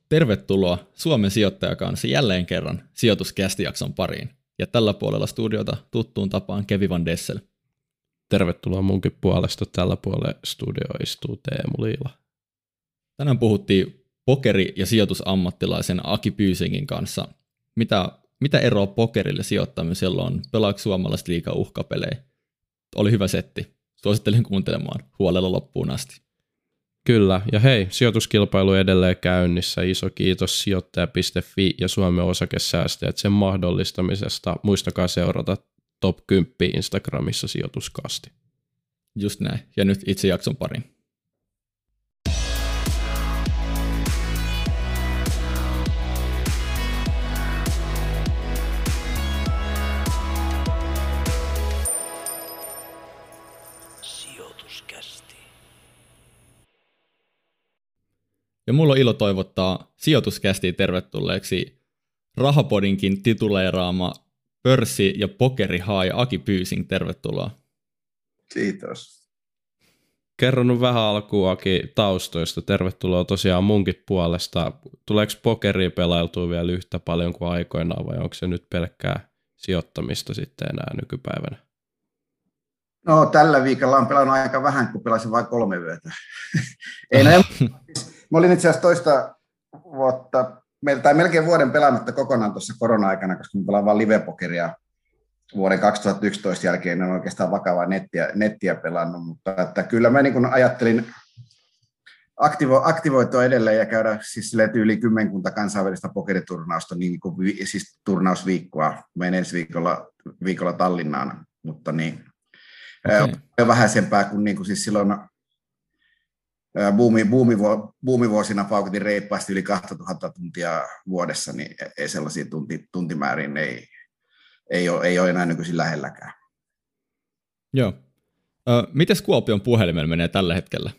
Tervetuloa Suomen sijoittajakanssa jälleen kerran sijoituskästijakson pariin. Ja tällä puolella studiota tuttuun tapaan Kevi Van Dessel. Tervetuloa munkin puolesta. Tällä puolella studio istuu Teemu Liila. Tänään puhuttiin pokeri- ja sijoitusammattilaisen Aki Pyysingin kanssa. Mitä eroa pokerille sijoittamisella on? Pelaako suomalaiset liikaa uhkapelejä? Oli hyvä setti. Suosittelen kuuntelemaan huolella loppuun asti. Kyllä, ja hei, sijoituskilpailu edelleen käynnissä. Iso kiitos sijoittaja.fi ja Suomen osakesäästäjät sen mahdollistamisesta. Muistakaa seurata Top 10 Instagramissa sijoituskasti. Just näin, ja nyt itse jakson pariin. Ja mulla on ilo toivottaa sijoituskästiin tervetulleeksi Rahapodinkin tituleeraama pörssi- ja pokerihai Aki Pyysing, tervetuloa. Kiitos. Kerron nyt vähän alkuun Aki taustoista. Tervetuloa tosiaan munkin puolesta. Tuleeko pokeria pelailtua vielä yhtä paljon kuin aikoinaan vai onko se nyt pelkkää sijoittamista sitten enää nykypäivänä? No tällä viikolla on pelannut aika vähän, kun pelasin vain 3 yötä. Mä olin itse asiassa toista vuotta, tai melkein vuoden pelaamatta kokonaan tuossa korona-aikana, koska mä pelaan vaan livepokeria vuoden 2011 jälkeen, en ole oikeastaan vakavaa nettiä pelannut, mutta että kyllä mä niin kuin ajattelin aktivoitua edelleen ja käydä siis tyyli 10 kansainvälistä pokeriturnausta, niin kuin, siis turnausviikkoa. Menen ensi viikolla Tallinnaan, mutta niin, okay. Vähäisempää kuin, niin kuin siis silloin buumivuosina paukutin reippaasti yli 2000 tuntia vuodessa, niin ei sellaisia tuntimääriin ei ole enää nykyisin lähelläkään. Joo. Mites Kuopion puhelimella menee tällä hetkellä?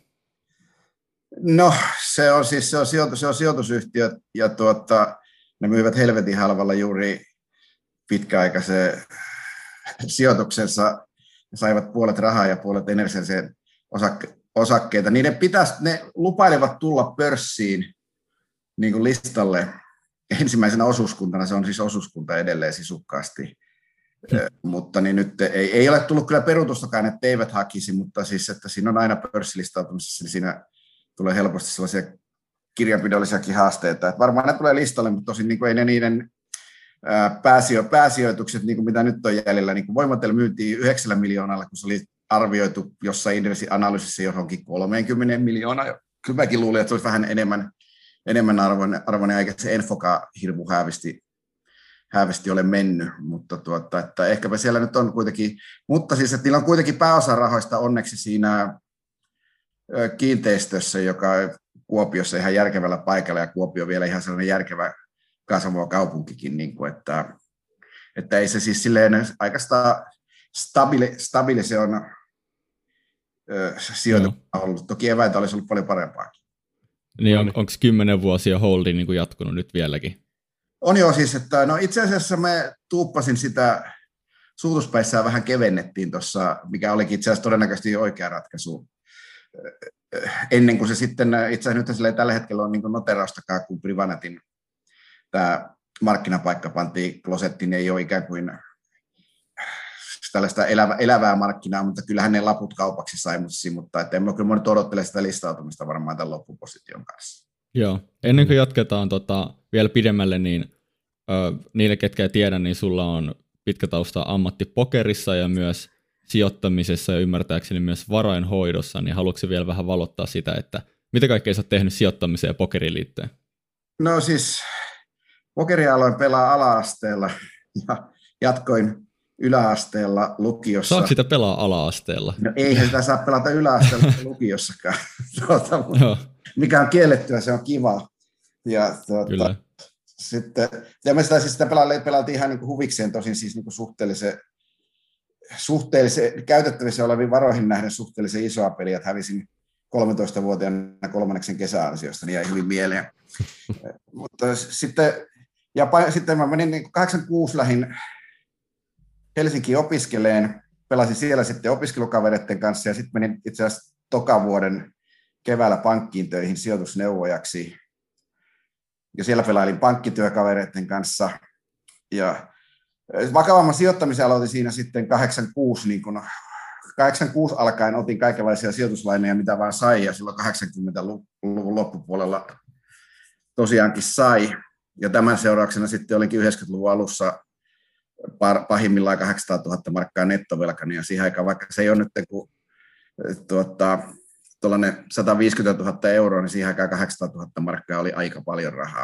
No, se on sijoitusyhtiö, ja ne myyvät helvetin halvalla juuri pitkäaikaisen sijoituksensa, saivat puolet rahaa ja puolet energisen osakkeita. Ne lupailevat tulla pörssiin niin kuin listalle ensimmäisenä osuuskuntana, se on siis osuuskunta edelleen sisukkaasti, mutta niin nyt ei ole tullut kyllä peruutustakaan, että eivät hakisi, mutta siis, että siinä on aina pörssilistautumisessa, niin siinä tulee helposti sellaisia kirjanpidollisiakin haasteita, että varmaan ne tulee listalle, mutta tosin niin kuin ei ne niiden pääsijoitukset, niin kuin mitä nyt on jäljellä, niin kuin Voimatel myytiin 9 miljoonalla, kun se oli arvioitu jossain indeksianalyysissa johonkin 30 miljoonaa. Kyllä mäkin luulin, että se olisi vähän enemmän arvoinen, eikä se Enfoka hirmu häävisti ole mennyt, mutta että ehkäpä siellä nyt on kuitenkin, mutta siis, että niillä on kuitenkin pääosa rahoista onneksi siinä kiinteistössä, joka Kuopiossa ihan järkevällä paikalla, ja Kuopio vielä ihan sellainen järkevä kasvava kaupunkikin, niin kuin, että ei se siis silleen aikaistaan stabiili se on sijoitus ollut. Toki eväitä olisi ollut paljon parempaakin. Niin onko 10 vuosia holdi niin kuin jatkunut nyt vieläkin? On joo siis, että no itse asiassa mä tuuppasin sitä suutuspäissään vähän kevennettiin tuossa, mikä olikin itse asiassa todennäköisesti oikea ratkaisu. Ennen kuin se sitten, itse asiassa nyt tällä hetkellä on niin kuin noteraustakaan, kun Privanetin tämä markkinapaikka pantiin klosettiin, niin ei ole ikään kuin tällaista elävää markkinaa, mutta kyllähän ne laput kaupaksi sai, mutta että en mä kyllä nyt odottele sitä listautumista varmaan tämän loppuposition kanssa. Joo, ennen kuin jatketaan vielä pidemmälle, niin niille, ketkä ei tiedä, niin sulla on pitkä tausta ammattipokerissa ja myös sijoittamisessa ja ymmärtääkseni myös varainhoidossa, niin haluatko vielä vähän valottaa sitä, että mitä kaikkea sä oot tehnyt sijoittamiseen ja pokeriin liittyen? No siis pokeria aloin pelaa ala-asteella ja jatkoin yläasteella lukiossa. Saako sitä pelaa ala-asteella? No eihän sitä saa pelata yläasteella lukiossakaan. Mikä on kiellettyä, se on kiva. Ja Kyllä. Sitten, ja me sitä pelaatiin ihan niin kuin huvikseen, tosin siis niin kuin suhteellisen käytettävissä oleviin varoihin nähden suhteellisen isoa peliä, että hävisin 13-vuotiaana 3. kesäansiosta, niin jäi hyvin mieleen. Mutta sitten mä menin niin 86 lähin Helsinkiin opiskeleen, pelasin siellä sitten opiskelukavereiden kanssa ja sitten menin itse asiassa toka vuoden keväällä pankkiin töihin sijoitusneuvojaksi. ja siellä pelailin pankkityökavereiden kanssa. Ja vakavamman sijoittamisen aloitin siinä sitten 86, niin kun 86 alkaen otin kaikenlaisia sijoituslaineja, mitä vaan sai, ja silloin 80-luvun loppupuolella tosiaankin sai. Ja tämän seurauksena sitten olinkin 90-luvun alussa pahimmillaan 800 000 markkaa nettovelkani, ja siihen aikaan, vaikka se ei ole nyt kuin tuollainen 150 000 euroa, niin siihen aikaan 800 000 markkaa oli aika paljon rahaa.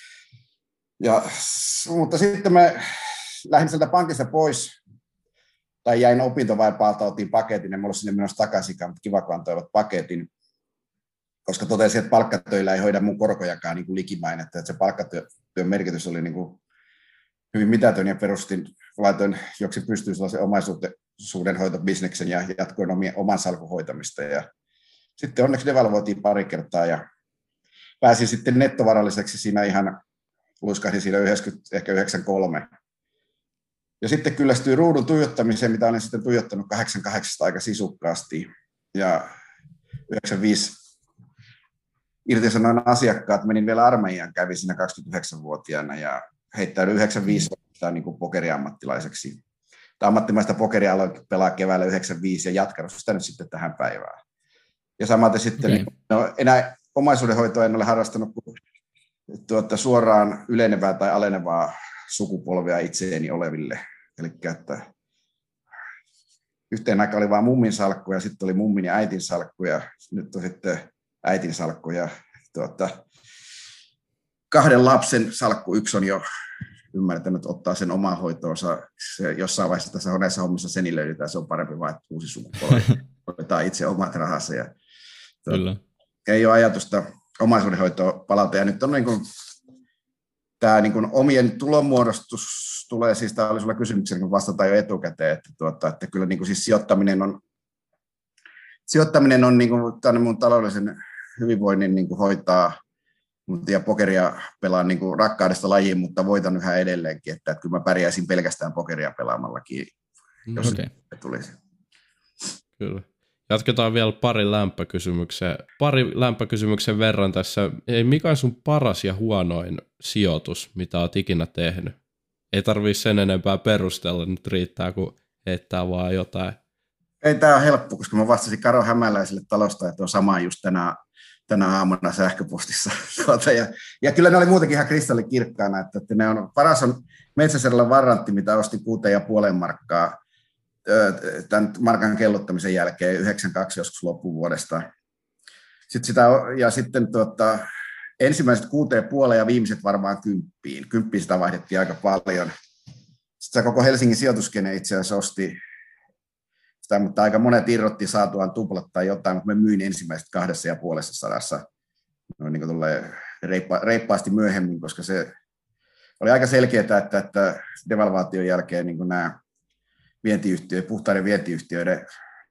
Mutta sitten me lähdin sieltä pankista pois, tai jäin opintovaipaalta, otin paketin, en mulla ole sinne menossa takaisinkaan, mutta kiva, kun antoivat paketin, koska totesin, että palkkatöillä ei hoida mun korkojakaan niin kuin likimain, että se palkkatyön merkitys oli niin kuin hyvin mitätön, ja laitoin joksi pystyyn sellaisen omaisuudenhoitobisneksen ja jatkoin oman salkun hoitamista. Ja sitten onneksi devalvoitiin pari kertaa ja pääsin sitten nettovaralliseksi siinä ihan, luiskahdin siinä 90, ehkä 93. Ja sitten kyllästyin ruudun tuijottamiseen, mitä olen sitten tuijottanut 88 aika sisukkaasti. Ja 95 irtisanoin asiakkaat, menin vielä armeijaan, kävin siinä 29-vuotiaana ja heittäydyin 95 niin kuin pokeriammattilaiseksi. Ammattimaista pokeria aloin pelaa keväällä 95 ja jatkanut sitä nyt sitten tähän päivään. Ja samaten sitten enää omaisuudenhoitoa en ole harrastanut kuin suoraan yleenevää tai alenevaa sukupolvea itseeni oleville. Eli että yhteen aikaan oli vain mummin salkku ja sitten oli mummin ja äitin salkku ja nyt on sitten äitin salkku ja kahden lapsen salkku. Yksi on jo ymmärtänyt ottaa sen omaan hoitoonsa. Se jossain vaiheessa tässä näissä hommissa senilöidytään, se on parempi vaan, että uusi sukupolvi otetaan itse omat rahansa. Ja ei ole ajatusta omaisuudenhoitoa palata. Ja nyt on niin kuin, tämä niin kuin omien tulonmuodostus tulee, siis tämä oli sinulla kysymyksellä, kun vastataan jo etukäteen, että kyllä niin kuin siis sijoittaminen on niin kuin, mun taloudellisen hyvinvoinnin niin kuin hoitaa, ja pokeria pelaan niin kuin rakkaudesta lajiin, mutta voitan yhä edelleenkin, että kyllä mä pärjäisin pelkästään pokeria pelaamallakin, jos se tulisi. Kyllä. Jatketaan vielä pari lämpökysymyksen verran tässä. Mikä on sun paras ja huonoin sijoitus, mitä olet ikinä tehnyt? Ei tarvitse sen enempää perustella, nyt riittää, kun heittää vaan jotain. Ei, tämä on helppo, koska mä vastasin Karo Hämäläiselle talosta, että on sama just tänä aamuna sähköpostissa. Ja kyllä ne oli muutenkin ihan kristallikirkkaana, että ne on, paras on Metsäserällä Varrantti, mitä ostin 6,5 markkaa tämän markan kellottamisen jälkeen 92 joskus loppuvuodesta. Sitten ensimmäiset 6,5 ja viimeiset varmaan 10. 10 sitä vaihdettiin aika paljon. Sitten koko Helsingin sijoituskene itse asiassa osti sitä, mutta aika monet irrotti saatuaan tuplat tai jotain, mutta me myin ensimmäiset 2,5 noin niin kuin reippaasti myöhemmin, koska se oli aika selkeää, että devalvaation jälkeen niin kuin nämä puhtaiden vientiyhtiöiden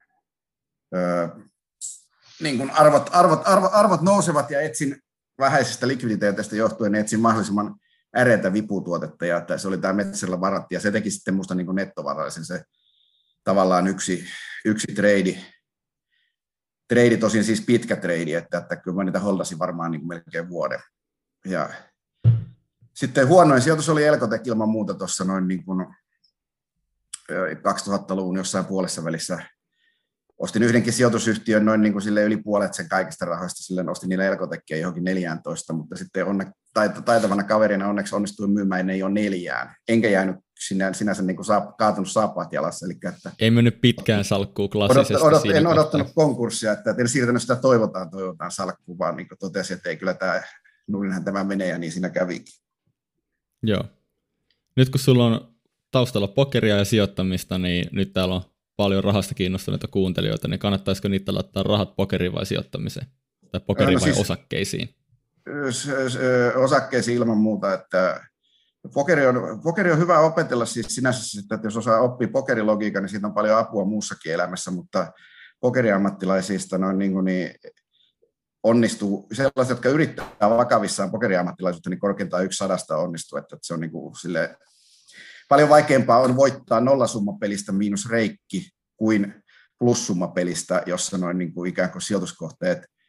niin kuin arvot nousevat ja etsin vähäisestä likviditeetistä johtuen, etsin mahdollisimman äreätä viputuotetta ja se oli tämä Metsäserällä Varrantti ja se teki sitten musta niin kuin nettovarallisen se tavallaan yksi trade, tosin siis pitkä trade, että kyllä mä niitä holdasin varmaan niin kuin melkein vuoden. Ja sitten huonoin sijoitus oli Elcoteq ilman muuta tuossa noin niin kuin 2000-luvun jossain puolessa välissä. Ostin yhdenkin sijoitusyhtiön noin niin kuin sille yli puolet sen kaikista rahoista, silleen ostin niille Elcoteqia johonkin 14, mutta sitten taitavana kaverina onneksi onnistuin myymään, ne ei ole 4, enkä jäänyt sinänsä niin kuin kaatunut saappaat jalassa. Eli että ei mennyt pitkään salkkuun klassisesti. En odottanut konkurssia, että en siirtänyt sitä toivotaan salkkuun, vaan niin totesin, että ei kyllä nurinhan tämä menee, ja niin siinä kävikin. Joo. Nyt kun sulla on taustalla pokeria ja sijoittamista, niin nyt täällä on paljon rahasta kiinnostuneita kuuntelijoita, niin kannattaisiko niitä laittaa rahat pokeriin vai sijoittamiseen? Tai pokeriin vai osakkeisiin? Osakkeisiin ilman muuta, että pokeri on hyvä opetella siis sinänsä, että jos osaa oppia pokerilogiikan, niin siitä on paljon apua muussakin elämässä, mutta pokeriammattilaisista niin onnistuu, sellaiset, jotka yrittää vakavissaan pokeriammattilaisuutta, niin korkeintaan 1/100 onnistuu, että se on niin kuin silleen, paljon vaikeampaa on voittaa nollasummapelistä miinus reikki kuin plussummapelistä, jossa noin niin kuin ikään kuin sijoituskohteet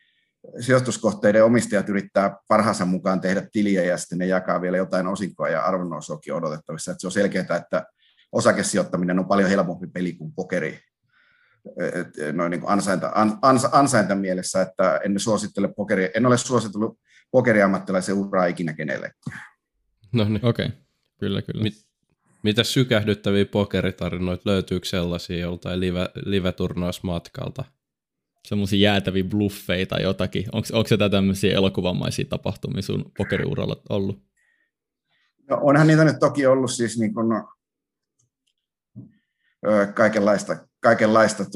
sijoituskohteiden omistajat yrittää parhaansa mukaan tehdä tiliä ja sitten ne jakaa vielä jotain osinkoa ja arvonnousuakin odotettavissa. Että se on selkeää, että osakesijoittaminen on paljon helpompi peli kuin pokeri. Noin niin kuin ansainta mielessä, että en ole suositellut pokeriammattilaisen uraa ikinä kenellekään. No niin. Okei, kyllä. Mitä sykähdyttäviä pokeritarinoita, löytyykö sellaisia joltain live-turnausmatkalta? Semmoisia jäätäviä bluffeja tai jotakin. Onko se tämmöisiä elokuvamaisia tapahtumia sun pokeriuralla ollut? No, onhan niitä nyt toki ollut siis niin kuin, kaikenlaista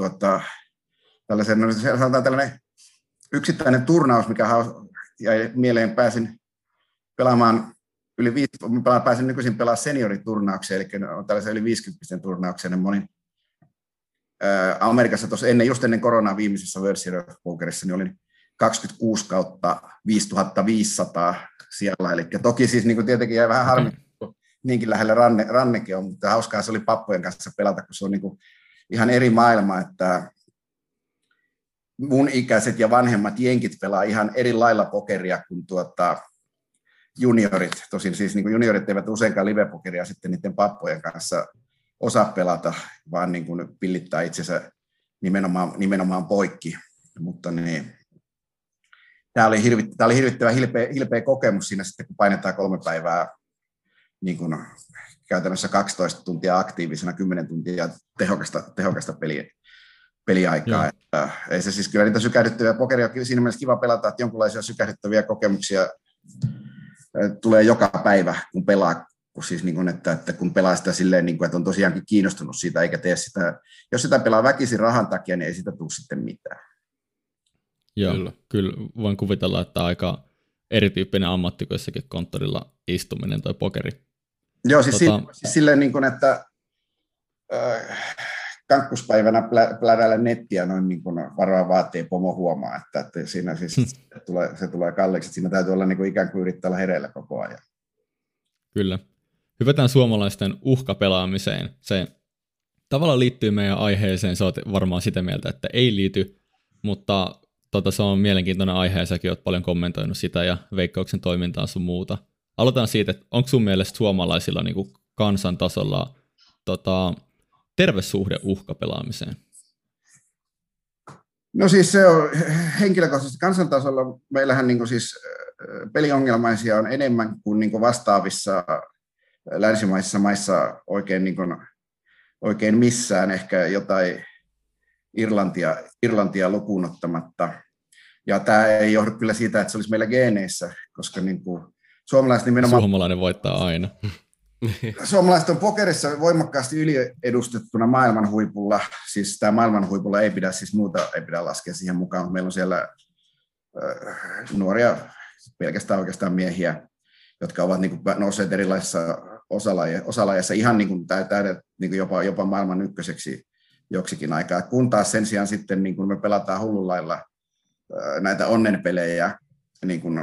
tällainen yksittäinen turnaus, mikä jäi mieleen, pääsin pelaamaan pääsin nykyisin pelaamaan senioriturnauksia, eli on tällaisia yli 50 turnauksia. Mä olin Amerikassa tuossa just ennen koronaa viimeisessä World Series of Pokerissa, niin olin 26 kautta 5500 siellä, eli toki siis niin tietenkin jäi vähän harmi, niinkin lähellä rannekin on, mutta hauskaa se oli pappojen kanssa pelata, kun se on niin ihan eri maailma, että mun ikäiset ja vanhemmat jenkit pelaa ihan eri lailla pokeria kuin juniorit. Tosin siis niin juniorit eivät useinkaan live-pokeria sitten niiden pappojen kanssa osaa pelata, vaan niin kuin pillittää itsensä nimenomaan poikki. Mutta niin, tämä oli hirvittävä hilpeä kokemus siinä sitten, kun painetaan 3 päivää niin kuin käytännössä 12 tuntia aktiivisena, 10 tuntia tehokasta peliaikaa. Että ei se siis kyllä niitä sykähdyttäviä pokeria on siinä mielessä kiva pelata, että jonkinlaisia sykähdyttäviä kokemuksia tulee joka päivä, kun pelaa, siis niin kuin, että kun pelaa sitä silleen, niin kuin, että on tosiaankin kiinnostunut siitä, eikä tee sitä, jos sitä pelaa väkisin rahan takia, niin ei sitä tule sitten mitään. Joo, kyllä voin kuvitella, että aika erityyppinen ammatti kuin jossakin konttorilla istuminen tai pokeri. Joo, siis silleen niin kuin, että kankkuspäivänä pläräillä nettiä noin niin kuin varoa vaatii pomo huomaa, että siinä siis se tulee kalliiksi, siinä täytyy olla niin kuin ikään kuin yrittää olla hereillä koko ajan. Kyllä. Hypätään suomalaisten uhkapelaamiseen. Se tavallaan liittyy meidän aiheeseen, sä oot varmaan sitä mieltä, että ei liity, mutta se on mielenkiintoinen aihe, ja säkin oot paljon kommentoinut sitä ja Veikkauksen toimintaa sun muuta. Aloitetaan siitä, että onko sun mielestä suomalaisilla niin kuin kansantasolla terve suhde uhkapelaamiseen? No siis se on henkilökohtaisesti kansantasolla. Meillähän niin kuin siis peliongelmaisia on enemmän kuin, niin kuin vastaavissa länsimaisissa maissa oikein missään, ehkä jotain Irlantia lukuun ottamatta. Ja tämä ei johdu kyllä siitä, että se olisi meillä geeneissä, koska niin kuin suomalaiset nimenomaan... Suomalainen voittaa aina. Suomalaiset on pokerissa voimakkaasti yliedustettuna maailman huipulla. Siis tämä maailman huipulla ei pidä laskea siihen mukaan, mutta meillä on siellä nuoria, pelkästään oikeastaan miehiä, jotka ovat niin kuin nousseet erilaisissa osalajeissa ihan niin kuin niin kuin jopa maailman ykköseksi joksikin aikaa. Kun taas sen sijaan sitten niin kuin me pelataan hullunlailla näitä onnenpelejä, niin kuin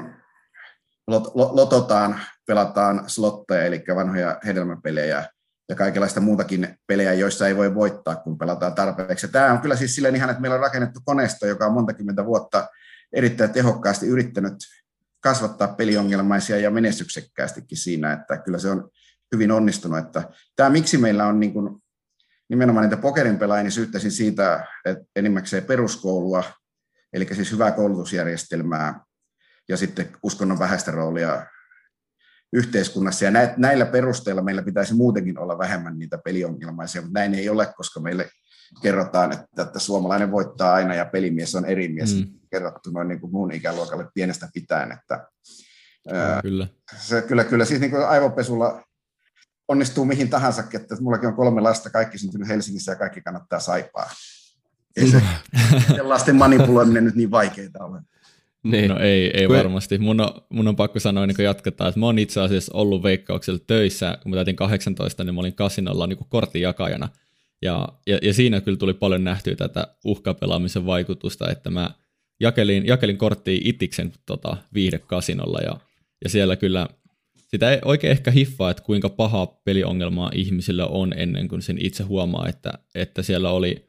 lototaan, pelataan slotteja, eli vanhoja hedelmäpelejä ja kaikenlaista muutakin pelejä, joissa ei voi voittaa, kun pelataan tarpeeksi. Ja tämä on kyllä siis silleen ihan, että meillä on rakennettu koneisto, joka on monta kymmentä vuotta erittäin tehokkaasti yrittänyt kasvattaa peliongelmaisia ja menestyksekkäästikin siinä, että kyllä se on hyvin onnistunut. Että tämä miksi meillä on niin kuin nimenomaan niitä pokerin pelaajia, niin syyttäisin siitä, että enimmäkseen peruskoulua, eli siis hyvää koulutusjärjestelmää, ja sitten uskonnon vähäistä roolia yhteiskunnassa. Ja näillä perusteilla meillä pitäisi muutenkin olla vähemmän niitä peliongelmaisia, mutta näin ei ole, koska meille kerrotaan, että suomalainen voittaa aina ja pelimies on eri mies kerrottu noin niin kuin muun ikäluokalle pienestä pitäen. Että, kyllä. Se kyllä siis niin kuin aivopesulla onnistuu mihin tahansa, että mullakin on 3 lasta, kaikki syntynyt Helsingissä ja kaikki kannattaa Saipaa. Ei se lasten manipuloiminen nyt niin vaikeaa ole. Niin. No ei varmasti. Mun on pakko sanoa, niin kun jatketaan, että mä oon itse asiassa ollut Veikkauksella töissä, kun mä täytin 18, niin mä olin kasinolla niin kortinjakajana. Ja siinä kyllä tuli paljon nähtyä tätä uhkapelaamisen vaikutusta, että mä jakelin korttia itiksen viihdekasinolla, ja siellä kyllä sitä ei oikein ehkä hiffaa, että kuinka paha peliongelmaa ihmisillä on ennen kuin sen itse huomaa, että siellä oli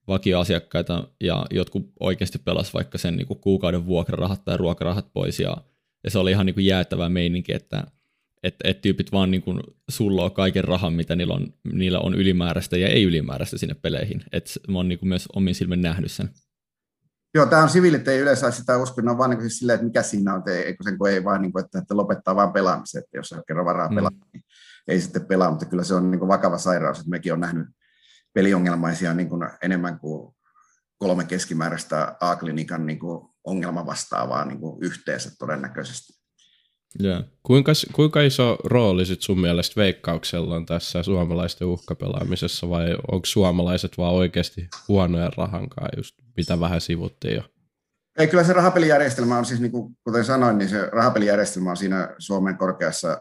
vakioasiakkaita ja jotkut oikeasti pelas vaikka sen niin kuin kuukauden vuokrarahat tai ruokarahat pois ja se oli ihan niin kuin jäätävä meininki, että tyypit vaan niin kuin sulloo kaiken rahan, mitä niillä on ylimääräistä ja ei ylimääräistä sinne peleihin. Mä oon niin kuin myös omin silmin nähnyt sen. Joo, tämä on siviilit, ei yleensä sitä usko, ne on vaan niin siis silleen, että mikä siinä on, kun ei vaan, niin kuin, että lopettaa vaan pelaamisen, että jos on kerran varaa pelaa, niin ei sitten pelaa, mutta kyllä se on niin kuin vakava sairaus, että mekin on nähnyt peliongelmaisia niin kuin enemmän kuin 3 keskimääräistä A-klinikan niin kuin ongelmavastaavaa niin kuin yhteensä todennäköisesti. Yeah. Kuinka iso rooli sit sun mielestä Veikkauksella on tässä suomalaisten uhkapelaamisessa, vai onko suomalaiset vaan oikeasti huonoja rahankaan, just mitä vähän sivuttiin jo? Ei, kyllä se rahapelijärjestelmä on siis, niin kuin, kuten sanoin, niin se rahapelijärjestelmä on siinä Suomen korkeassa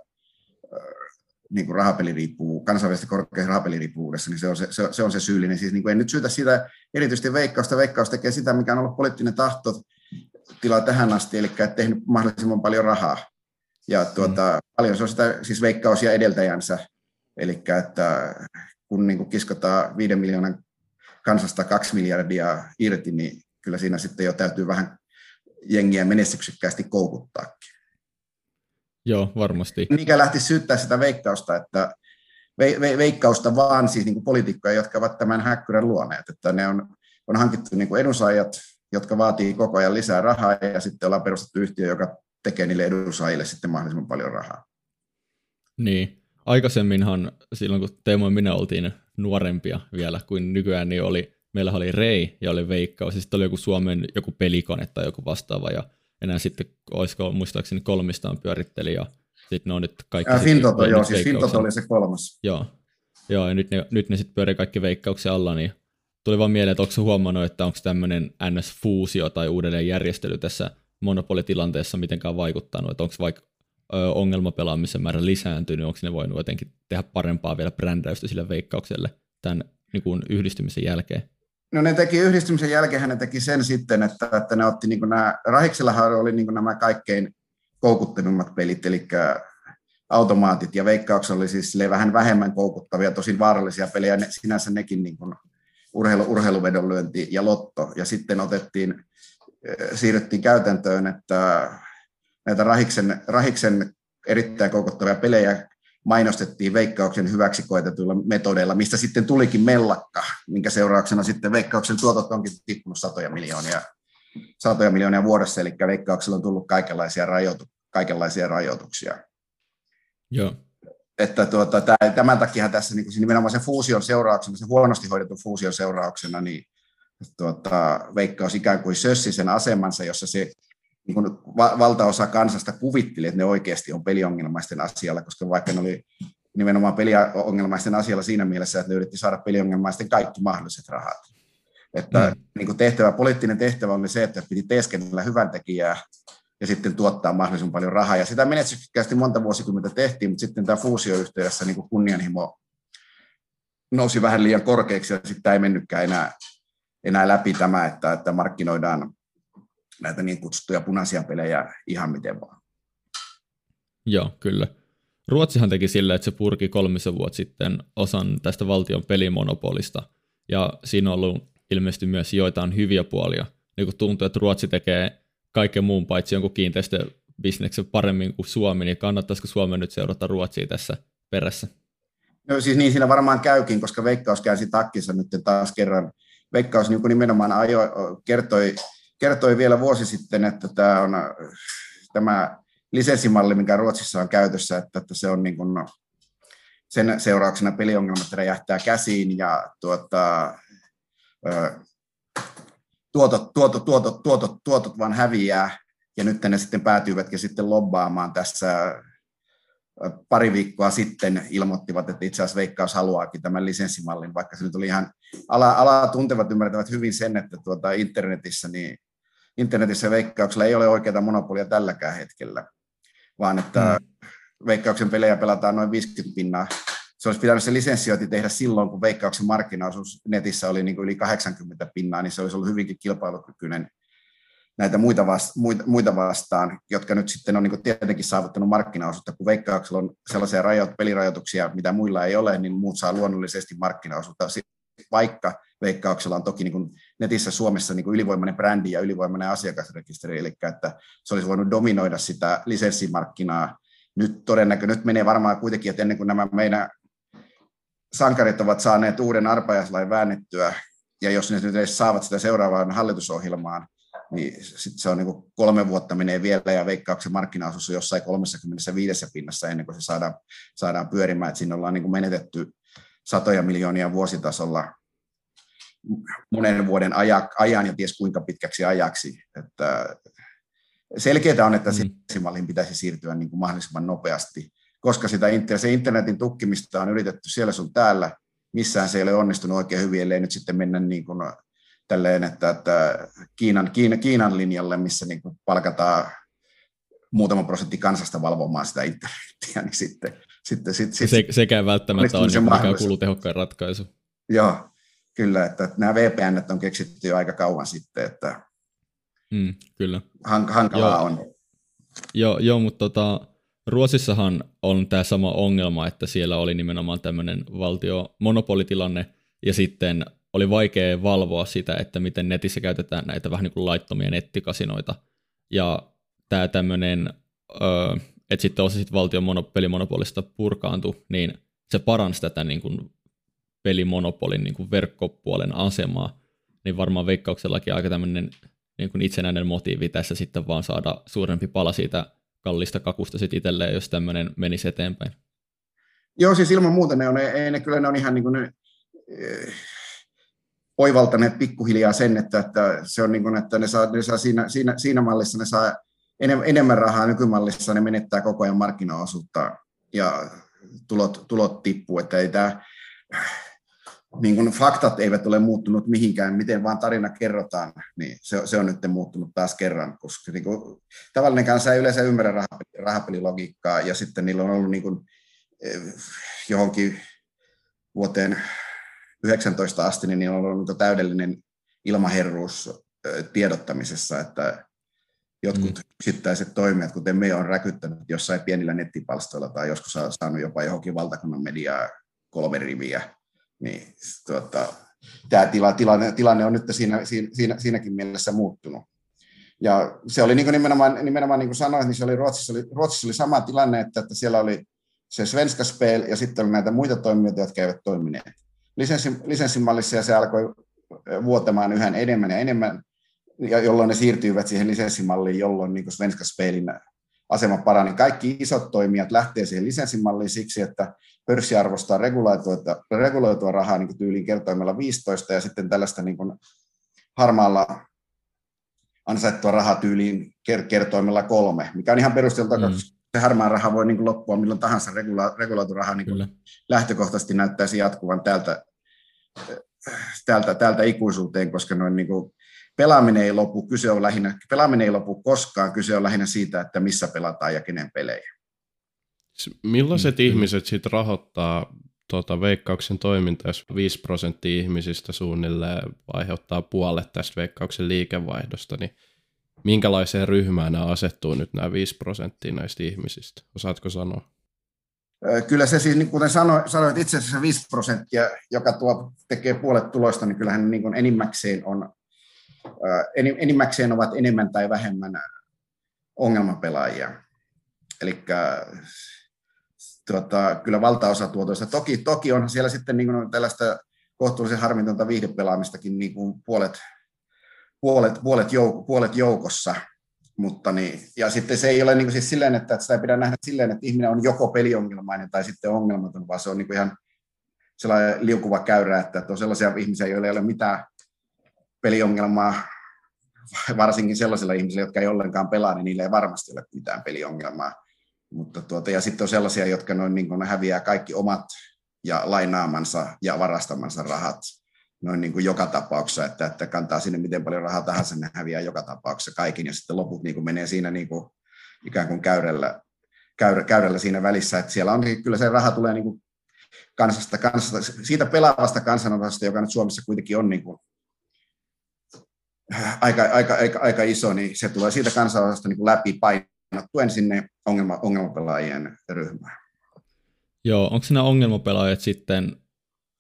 niin kuin kansainvälisesti korkeassa rahapeliriippuvuudessa, niin se on se syyllinen. Siis niin kuin en nyt syytä sitä erityisesti Veikkausta. Veikkaus tekee sitä, mikä on ollut poliittinen tahtotila tähän asti, eli tehnyt mahdollisimman paljon rahaa. Ja paljon se on sitä, siis Veikkaus ja edeltäjänsä, eli että kun niin kuin kiskotaan 5 miljoonan kansasta 2 miljardia irti, niin kyllä siinä sitten jo täytyy vähän jengiä menestyksekkäästi koukuttaakin. Joo, varmasti. Mikä lähti syyttää sitä Veikkausta, että Veikkausta vaan siis niin kuin poliitikkoja, jotka ovat tämän häkkyrän luoneet, että ne on hankittu niin kuin edunsaajat, jotka vaatii koko ajan lisää rahaa, ja sitten ollaan perustettu yhtiö, joka tekee niille edunsaajille sitten mahdollisimman paljon rahaa. Niin, aikaisemminhan silloin kun Teemu ja minä oltiin nuorempia vielä kuin nykyään, niin meillä oli Rei ja oli Veikkaus, ja sitten oli joku Suomen joku pelikone tai joku vastaava, ja enää sitten olisiko muistaakseni 3 pyöritteli, ja sitten ne on nyt kaikki... Fintoto, joo, siis Fintoto oli se 3. Joo, ja nyt ne sitten pyörii kaikki Veikkauksen alla, niin tuli vaan mieleen, että onko huomannut, että onko tämmöinen NS-fuusio tai uudelleenjärjestely tässä monopolitilanteessa mitenkään vaikuttanut, että onko vaikka ongelmapelaamisen määrä lisääntynyt, onko ne voinut jotenkin tehdä parempaa vielä brändäystä sille Veikkaukselle tämän niin kuin yhdistymisen jälkeen? No ne teki yhdistymisen jälkeen, ne teki sen sitten, että ne otti niin kuin nämä, Rahiksellahan oli niin kuin nämä kaikkein koukuttavimmat pelit, eli automaatit, ja Veikkauksella oli siis vähän vähemmän koukuttavia, tosin vaarallisia pelejä, sinänsä nekin niin kuin urheiluvedonlyönti ja lotto, ja sitten siirryttiin käytäntöön, että näitä Rahiksen erittäin koukuttavia pelejä mainostettiin Veikkauksen hyväksi koetetuilla metodeilla, mistä sitten tulikin mellakka, minkä seurauksena sitten Veikkauksen tuotot onkin tippunut satoja miljoonia vuodessa, eli Veikkauksella on tullut kaikenlaisia rajoituksia. Joo. Että tämän takia tässä niin nimenomaan sen fuusion seurauksena, se huonosti hoidetun fuusion seurauksena, niin Veikkaus ikään kuin sössi sen asemansa, jossa se niin kuin valtaosa kansasta kuvitteli, että ne oikeasti on peliongelmaisten asialla, koska vaikka ne oli nimenomaan peliongelmaisten asialla siinä mielessä, että ne yritti saada peliongelmaisten kaikki mahdolliset rahat. Että niin kuin poliittinen tehtävä oli se, että piti teeskennellä hyvän tekijää ja sitten tuottaa mahdollisimman paljon rahaa. Ja sitä menestyksekkäästi monta vuosikymmentä tehtiin, mutta sitten tämä fuusioyhteydessä niin kuin kunnianhimo nousi vähän liian korkeaksi ja sitten ei mennytkään enää läpi tämä, että markkinoidaan näitä niin kutsuttuja punaisia pelejä ihan miten vaan. Joo, kyllä. Ruotsihan teki sillä, että se purki 3 vuotta sitten osan tästä valtion pelimonopolista, ja siinä on ollut ilmeisesti myös joitain hyviä puolia. Niin kun tuntuu, että Ruotsi tekee kaiken muun paitsi jonkun kiinteistöbisneksen paremmin kuin Suomi, niin kannattaisiko Suomen nyt seurata Ruotsia tässä perässä? No siis niin siinä varmaan käykin, koska Veikkaus käänsi takkinsa nyt taas kerran. Veikkaus niin nimenomaan kertoi vielä vuosi sitten, että tämä lisenssimalli, mikä Ruotsissa on käytössä, että se on niin kuin, sen seurauksena peliongelmat räjähtää käsiin ja tuotot vaan häviää, ja nyt ne sitten päätyivätkin sitten lobbaamaan tässä pari viikkoa sitten ilmoittivat, että itse asiassa Veikkaus haluaakin tämän lisenssimallin, vaikka se nyt oli ihan, alaa tuntevat ymmärtävät hyvin sen, että internetissä Veikkauksella ei ole oikeaa monopolia tälläkään hetkellä, vaan että Veikkauksen pelejä pelataan noin 50%. Se olisi pitänyt se lisenssiointi tehdä silloin, kun Veikkauksen markkinaosuus netissä oli niin kuin yli 80%, niin se olisi ollut hyvinkin kilpailukykyinen näitä muita vastaan, jotka nyt sitten on niin kuin tietenkin saavuttanut markkinaosuutta. Kun Veikkauksella on sellaisia pelirajoituksia, mitä muilla ei ole, niin muut saa luonnollisesti markkinaosuutta vaikka Veikkauksella on toki niin kuin netissä Suomessa niin kuin ylivoimainen brändi ja ylivoimainen asiakasrekisteri, eli että se olisi voinut dominoida sitä lisenssimarkkinaa. Nyt menee varmaan kuitenkin, että ennen kuin nämä meidän sankarit ovat saaneet uuden arpajaislain väännettyä, ja jos ne nyt edes saavat sitä seuraavaan hallitusohjelmaan, niin sit se on niin kuin 3 vuotta menee vielä, ja Veikkauksen markkinaosuus on jossain 35% ennen kuin se saadaan pyörimään, että siinä ollaan niin kuin menetetty satoja miljoonia vuositasolla monen vuoden ajan ja ties kuinka pitkäksi ajaksi. Että selkeää on, että mallin pitäisi siirtyä niin kuin mahdollisimman nopeasti, koska se internetin tukkimista on yritetty siellä sun täällä, missään se ei ole onnistunut oikein hyvin, ellei nyt sitten mennä niin kuin tälleen, että Kiinan linjalle, missä niin kuin palkataan muutama prosentti kansasta valvomaan sitä internetiä, niin sitten sekään välttämättä on mikään kulutehokkain ratkaisu. Joo, kyllä, että nämä VPN on keksitty jo aika kauan sitten, että kyllä. Hankalaa on. Joo, mutta Ruotsissahan on tämä sama ongelma, että siellä oli nimenomaan tämmöinen valtiomonopolitilanne, ja sitten oli vaikea valvoa sitä, että miten netissä käytetään näitä vähän niin kuin laittomia nettikasinoita. Ja tämä tämmöinen, että sitten osa valtion pelimonopolista purkaantui, niin se paransi tätä niin kuin pelimonopolin niin kuin verkkopuolen asemaa. Niin varmaan Veikkauksellakin aika tämmöinen niin kuin itsenäinen motiivi tässä sitten vaan saada suurempi pala siitä kallista kakusta sitten itselleen, jos tämmöinen menisi eteenpäin. Joo, siis ilman muuta ne on ihan niin kuin oivaltaneet pikkuhiljaa sen, että se on niin kuin, että ne saa siinä mallissa ne saa enemmän rahaa, nykymallissa ne menettää koko ajan markkinaosuutta ja tulot tippuu, että ei tämä niin kuin faktat eivät ole muuttunut mihinkään, miten vaan tarina kerrotaan, niin se on nyt muuttunut taas kerran, koska niin kuin, tavallinen kansa ei yleensä ymmärrä rahapelilogiikkaa, ja sitten niillä on ollut niin kuin, johonkin vuoteen 19 asti, niin niillä on ollut niin täydellinen ilmaherruus tiedottamisessa, että jotkut yksittäiset toimijat, kuten me on räkyttänyt jossain pienillä nettipalstoilla tai joskus on saanut jopa johonkin valtakunnan mediaa 3 riviä, niin tämä tilanne on nyt siinäkin mielessä muuttunut. Ja se oli nimenomaan niin kuin sanoin, niin se oli Ruotsissa oli sama tilanne, että siellä oli se Svenska Spel ja sitten oli näitä muita toimijoita, jotka eivät toimineet lisenssimallissa, ja se alkoi vuotamaan yhä enemmän ja enemmän, jolloin ne siirtyivät siihen lisenssimalliin, jolloin niin kuin Svenska Spelin asema parani. Kaikki isot toimijat lähtee siihen lisenssimalliin siksi, että pörssi arvostaa reguloitua rahaa niin kuin tyyliin kertoimella 15 ja sitten tällaista niin kuin harmaalla ansaittua rahaa tyyliin kertoimella 3, mikä on ihan perusteltua, koska se harmaa raha voi niin kuin loppua milloin tahansa, reguloitu raha niin kuin lähtökohtaisesti näyttäisi jatkuvan täältä ikuisuuteen, koska noin niin kuin pelaaminen ei lopu koskaan, kyse on lähinnä siitä, että missä pelataan ja kenen pelejä. Millaiset ihmiset sitten rahoittaa Veikkauksen toimintaa, jos 5% ihmisistä suunnilleen aiheuttaa puolet tästä Veikkauksen liikevaihdosta, niin minkälaiseen ryhmään nämä asettuu nyt nämä 5% näistä ihmisistä? Osaatko sanoa? Kyllä se siis, kuten sanoit itse asiassa 5%, joka tekee puolet tuloista, niin kyllähän niin kuin enimmäkseen ovat enemmän tai vähemmän ongelmapelaajia. Eli kyllä valtaosa tuotoista. Toki on siellä sitten niin kuin tällaista kohtuullisen harmitonta viihdepelaamistakin niin kuin puolet joukossa, mutta niin, ja sitten se ei ole niin kuin siis silleen, että sitä ei pidä nähdä silleen, että ihminen on joko peliongelmainen tai sitten ongelmaton, vaan se on niin kuin ihan sellainen liukuva käyrä, että on sellaisia ihmisiä, joilla ei ole mitään peliongelmaa, varsinkin sellaisilla ihmisillä, jotka ei ollenkaan pelaa, niin niillä ei varmasti ole mitään peliongelmaa. Mutta ja sitten on sellaisia, jotka noin niin kuin häviää kaikki omat ja lainaamansa ja varastamansa rahat noin niin kuin joka tapauksessa, että kantaa sinne miten paljon rahaa tahansa, ne häviää joka tapauksessa kaikin, ja sitten loput niin kuin menee siinä niin kuin ikään kuin käyrällä siinä välissä, että siellä on kyllä se raha tulee niin kuin kansasta, siitä pelaavasta kansanosasta, joka nyt Suomessa kuitenkin on niin kuin aika iso, niin se tulee siitä kansanosasta niin kuin läpi painottuen sinne ongelmapelaajien ryhmään. Joo, onko nämä ongelmapelaajat sitten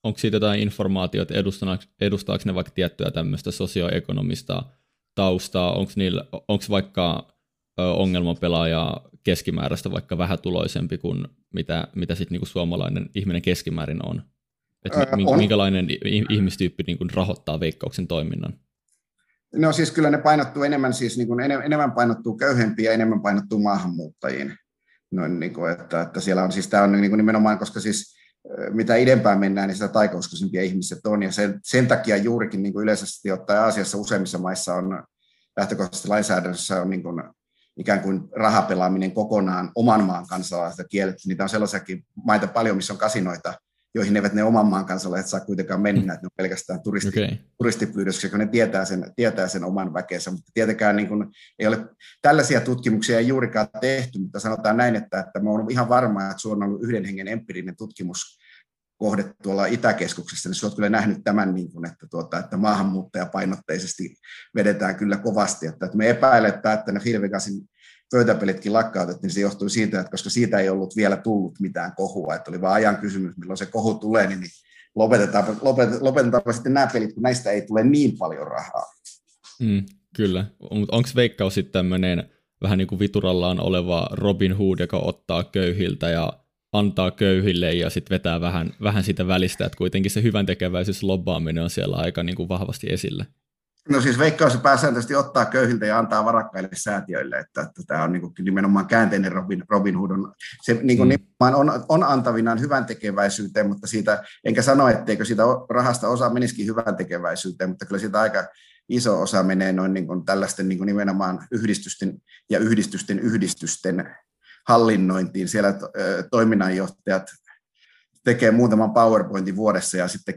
onko siitä jotain informaatiota, edustaako ne vaikka tiettyä tämmöistä sosioekonomista taustaa, onko vaikka ongelmapelaaja keskimääräistä vaikka vähätuloisempi kuin mitä sitten niinku suomalainen ihminen keskimäärin on? Minkälainen ihmistyyppi niinku rahoittaa Veikkauksen toiminnan? No siis kyllä ne painottuu enemmän, siis niin kuin enemmän painottuu köyhempiin ja enemmän painottuu maahanmuuttajiin. Noin niin kuin, että siellä on siis, tämä on niin kuin nimenomaan, koska siis mitä idempään mennään, niin sitä taikauskoisempia ihmiset on, ja sen takia juurikin niin kuin yleisesti ottaen Aasiassa useimmissa maissa on lähtökohtaisesti lainsäädännössä on niin kuin ikään kuin rahapelaaminen kokonaan oman maan kansalaisilta kielletty. Niitä on sellaisiakin maita paljon, missä on kasinoita, joihin eivät ne oman maan kansalaiset saa kuitenkaan mennä, että ne on pelkästään turistipyydöksiä, kun ne tietää sen oman väkeensä, mutta tietenkään niin kuin, ei ole tällaisia tutkimuksia ei juurikaan tehty, mutta sanotaan näin, että mä olen ihan varma, että sulla on ollut yhden hengen empiirinen tutkimuskohde tuolla Itäkeskuksessa, niin sä oot kyllä nähnyt tämän, niin kuin, että maahanmuuttajapainotteisesti vedetään kyllä kovasti, että me epäiletään, että ne Filvegasin pöytäpelitkin lakkautettiin, niin se johtui siitä, että koska siitä ei ollut vielä tullut mitään kohua, että oli vaan ajan kysymys, milloin se kohu tulee, niin lopetetaanpa sitten nämä pelit, kun näistä ei tule niin paljon rahaa. Kyllä. Onko Veikkaus sitten tämmöinen vähän niin kuin viturallaan oleva Robin Hood, joka ottaa köyhiltä ja antaa köyhille ja sitten vetää vähän sitä välistä, että kuitenkin se hyvän tekeväisyys lobbaaminen on siellä aika niin kuin vahvasti esillä? No siis Veikkaus pääsääntöisesti ottaa köyhiltä ja antaa varakkaille säätiöille, että tämä on niin kuin nimenomaan käänteinen Robin Hood. Se niin kuin nimenomaan on antavinaan hyvän tekeväisyyteen, mutta siitä, enkä sano, etteikö siitä rahasta osa menisikin hyvän tekeväisyyteen, mutta kyllä siitä aika iso osa menee noin niin kuin tällaisten niin kuin nimenomaan yhdistysten hallinnointiin. Siellä toiminnanjohtajat tekee muutaman PowerPointin vuodessa ja sitten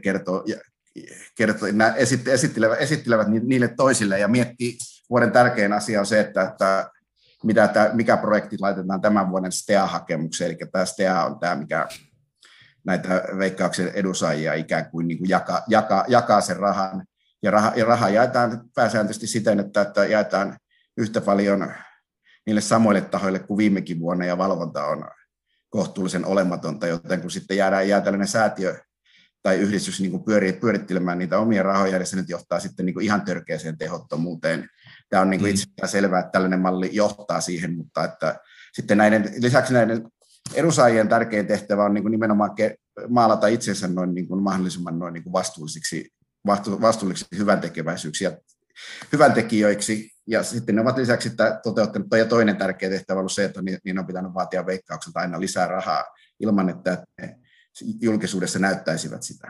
esittelevät niille toisille ja miettii, vuoden tärkein asia on se, että mikä projekti laitetaan tämän vuoden STEA-hakemukseen, eli tämä STEA on tämä, mikä näitä Veikkauksen edunsaajia ikään kuin, jakaa sen rahan, ja raha jaetaan pääsääntöisesti siten, että jaetaan yhtä paljon niille samoille tahoille kuin viimekin vuonna, ja valvonta on kohtuullisen olematonta, joten kun sitten jää tällainen säätiö tai yhdistys niin kuin pyörittelemään niitä omia rahoja, ja se nyt johtaa sitten niin kuin ihan törkeäseen tehottomuuteen. Tämä on niin kuin itsestään selvää, että tällainen malli johtaa siihen, mutta että sitten lisäksi näiden edunsaajien tärkein tehtävä on niin kuin nimenomaan maalata itsensä noin niin kuin mahdollisimman noin niin kuin vastuullisiksi hyväntekijöiksi, ja sitten ne ovat lisäksi toteuttanut, ja toinen tärkeä tehtävä on se, että niin on pitänyt vaatia Veikkaukselta aina lisää rahaa ilman, että ne julkisuudessa näyttäisivät sitä.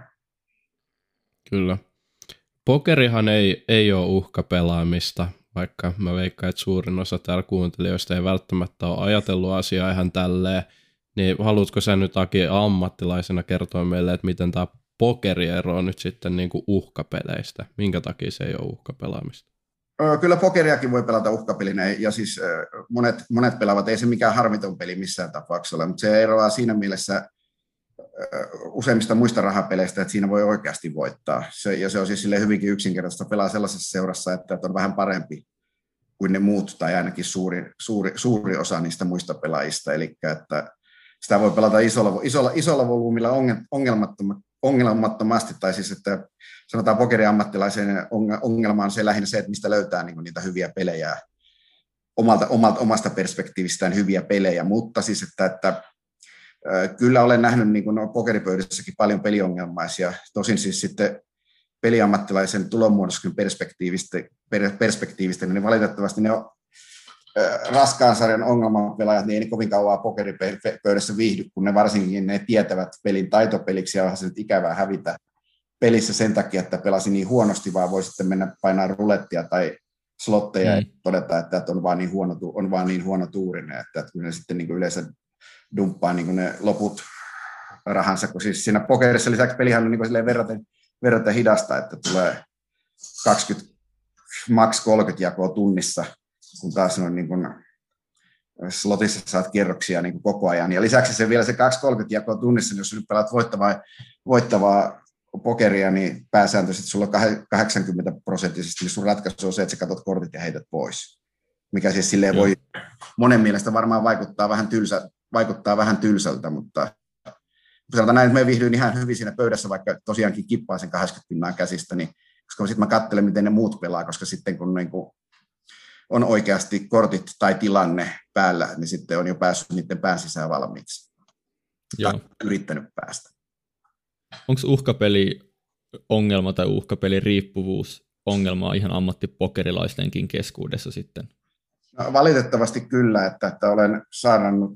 Kyllä. Pokerihan ei ole uhkapelaamista, vaikka mä veikkaan, että suurin osa täällä kuuntelijoista ei välttämättä ole ajatellut asiaa ihan tälleen, niin haluatko sä nyt Aki ammattilaisena kertoa meille, että miten tämä pokeri eroaa nyt sitten niin kuin uhkapeleistä? Minkä takia se ei ole uhkapelaamista? Kyllä pokeriakin voi pelata uhkapelinä, ja siis monet pelaavat, ei se mikään harmiton peli missään tapauksessa ole, mutta se eroaa siinä mielessä useimmista muista rahapeleistä, että siinä voi oikeasti voittaa. Se on siis sille hyvinkin yksinkertaista pelaa sellaisessa seurassa, että on vähän parempi kuin ne muut, tai ainakin suuri osa niistä muista pelaajista. Eli että sitä voi pelata isolla volyymilla ongelmattomasti, tai siis että sanotaan pokeriammattilaisen ongelma on se lähinnä se, että mistä löytää niin niitä hyviä pelejä, omasta perspektiivistään hyviä pelejä, mutta siis että kyllä olen nähnyt niin kuin pokeripöydissäkin paljon peliongelmaisia, tosin siis sitten peliammattilaisen tulonmuodostuksen perspektiivistä, niin valitettavasti ne on raskaan sarjan ongelmapelaajat, niin ei kovin kauan pokeripöydässä viihdy, kun ne varsinkin ne tietävät pelin taitopeliksi, ja onhan se nyt ikävää hävitä pelissä sen takia, että pelasi niin huonosti, vaan voi sitten mennä painaa rulettia tai slotteja ja todeta, että on vaan niin huono tuurinen, että kyllä ne sitten niin kuin yleensä dumppaa niin kuin ne loput rahansa, kun siis siinä pokerissa lisäksi pelihän on niin kuin verraten hidasta, että tulee 20, maks 30 jakoa tunnissa, kun taas on niin kuin slotissa saat kierroksia niin kuin koko ajan. Ja lisäksi se vielä se 2-30 jakoa tunnissa, niin jos nyt pelaat voittavaa pokeria, niin pääsääntöisesti sulla on 80%, niin sun ratkaisu on se, että sä katot kortit ja heität pois. Mikä siis silleen voi monen mielestä varmaan vaikuttaa vähän tylsältä, mutta sanotaan näin, että mä viihdyin ihan hyvin siinä pöydässä, vaikka tosiaankin kippaan sen 80 käsistä, niin koska sitten mä katselen, miten ne muut pelaa, koska sitten kun niin kuin on oikeasti kortit tai tilanne päällä, niin sitten on jo päässyt niiden pään sisään valmiiksi. Joo. Yrittänyt päästä. Onko uhkapeli ongelma tai uhkapeli riippuvuus ongelmaa ihan ammattipokerilaistenkin keskuudessa sitten? No, valitettavasti kyllä, että olen saarnannut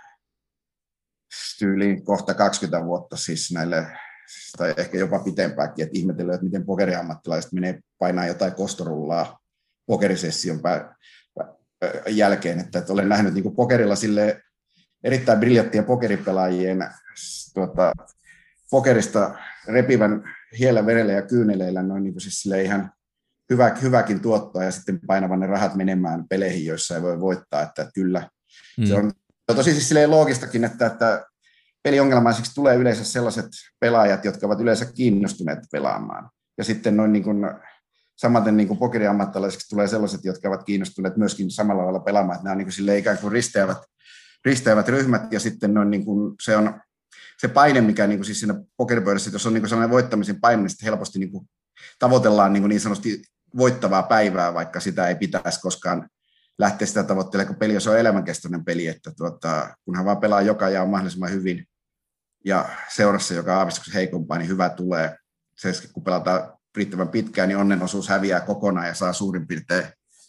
tyyliin kohta 20 vuotta siis näille, tai ehkä jopa pitempääkin, että ihmetellään, että miten pokeriammattilaiset menee painaa jotain kostorullaa pokerisession jälkeen, että olen nähnyt niin kuin pokerilla sille erittäin briljanttien pokeripelaajien pokerista repivän hiellä, verellä ja kyyneleillä noin niin kuin siis sille ihan hyväkin tuottoa ja sitten painavan ne rahat menemään peleihin, joissa ei voi voittaa, että kyllä. Se on tosi siis silleen loogistakin, että peliongelmaisiksi tulee yleensä sellaiset pelaajat, jotka ovat yleensä kiinnostuneet pelaamaan. Ja sitten noin niin kuin, samaten niin kuin pokeriammattilaisiksi tulee sellaiset, jotka ovat kiinnostuneet myöskin samalla lailla pelaamaan, että nämä on niin kuin silleen ikään kuin risteävät ryhmät, ja sitten noin niin kuin se on se paine, mikä niin kuin siis siinä pokeripöydässä, jos on niin kuin sellainen voittamisen paine, niin sitten helposti niin kuin tavoitellaan niin sanotusti voittavaa päivää, vaikka sitä ei pitäisi koskaan lähteä sitä tavoittelemaan, kun peli on elämänkestoinen peli, että kunhan vaan pelaa joka ja on mahdollisimman hyvin, ja seurassa, joka on aavistuksen heikompaa, niin hyvä tulee. Se, kun pelataan riittävän pitkään, niin onnen osuus häviää kokonaan ja saa suurin piirtein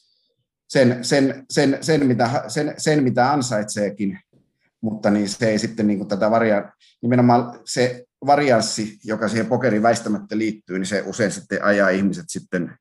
sen mitä ansaitseekin, mutta niin se ei sitten niin kuin tätä nimenomaan se varianssi, joka siihen pokeriin väistämättä liittyy, niin se usein sitten ajaa ihmiset sitten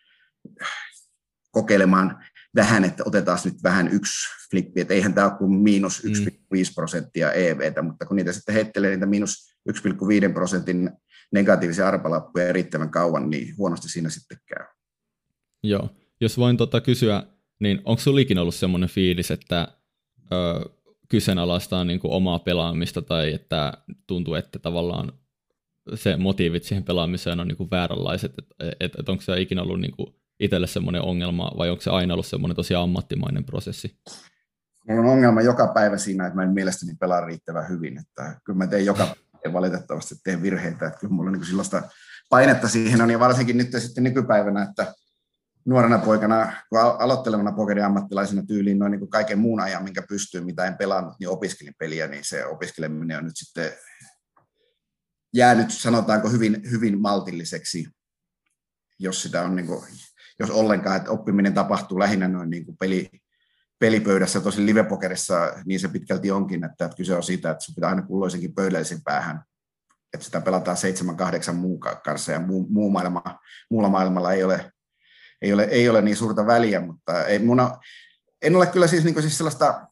kokeilemaan vähän, että otetaan nyt vähän yksi flippi, että eihän tämä ole kuin miinus 1,5% EVtä, mutta kun niitä sitten heittelee niitä miinus 1,5% negatiivisia arpalappuja riittävän kauan, niin huonosti siinä sitten käy. Joo, jos voin kysyä, niin onko sinulla ikinä ollut semmoinen fiilis, että kyseenalaistaa niin kuin omaa pelaamista tai että tuntuu, että tavallaan se motiivit siihen pelaamiseen on niin kuin vääränlaiset, että onko se ikinä ollut niin kuin itselle semmoinen ongelma vai onko se aina ollut semmoinen tosi ammattimainen prosessi? Mulla on ongelma joka päivä siinä, että mä en mielestäni pelaa riittävän hyvin, että kyllä mä teen joka päivä valitettavasti teen virheitä, että kyllä mulla niin kuin sellaista painetta siihen on ja varsinkin nyt sitten nykypäivänä, että nuorena poikana, kun aloittelevana pokeriammattilaisena tyyliin noin niin kuin kaiken muun ajan, minkä pystyy, mitä en pelannut, niin opiskelin peliä, niin se opiskeleminen on nyt sitten jäänyt, sanotaanko, hyvin, hyvin maltilliseksi, jos sitä on, niin kuin, jos ollenkaan, että oppiminen tapahtuu lähinnä noin niin kuin pelipöydässä, tosi livepokerissa, niin se pitkälti onkin, että kyse on siitä, että sun pitää aina kulloisenkin pöydällisen päähän, että sitä pelataan 7-8 muun kanssa, ja muulla maailmalla ei ole niin suurta väliä, mutta en ole kyllä siis sellaista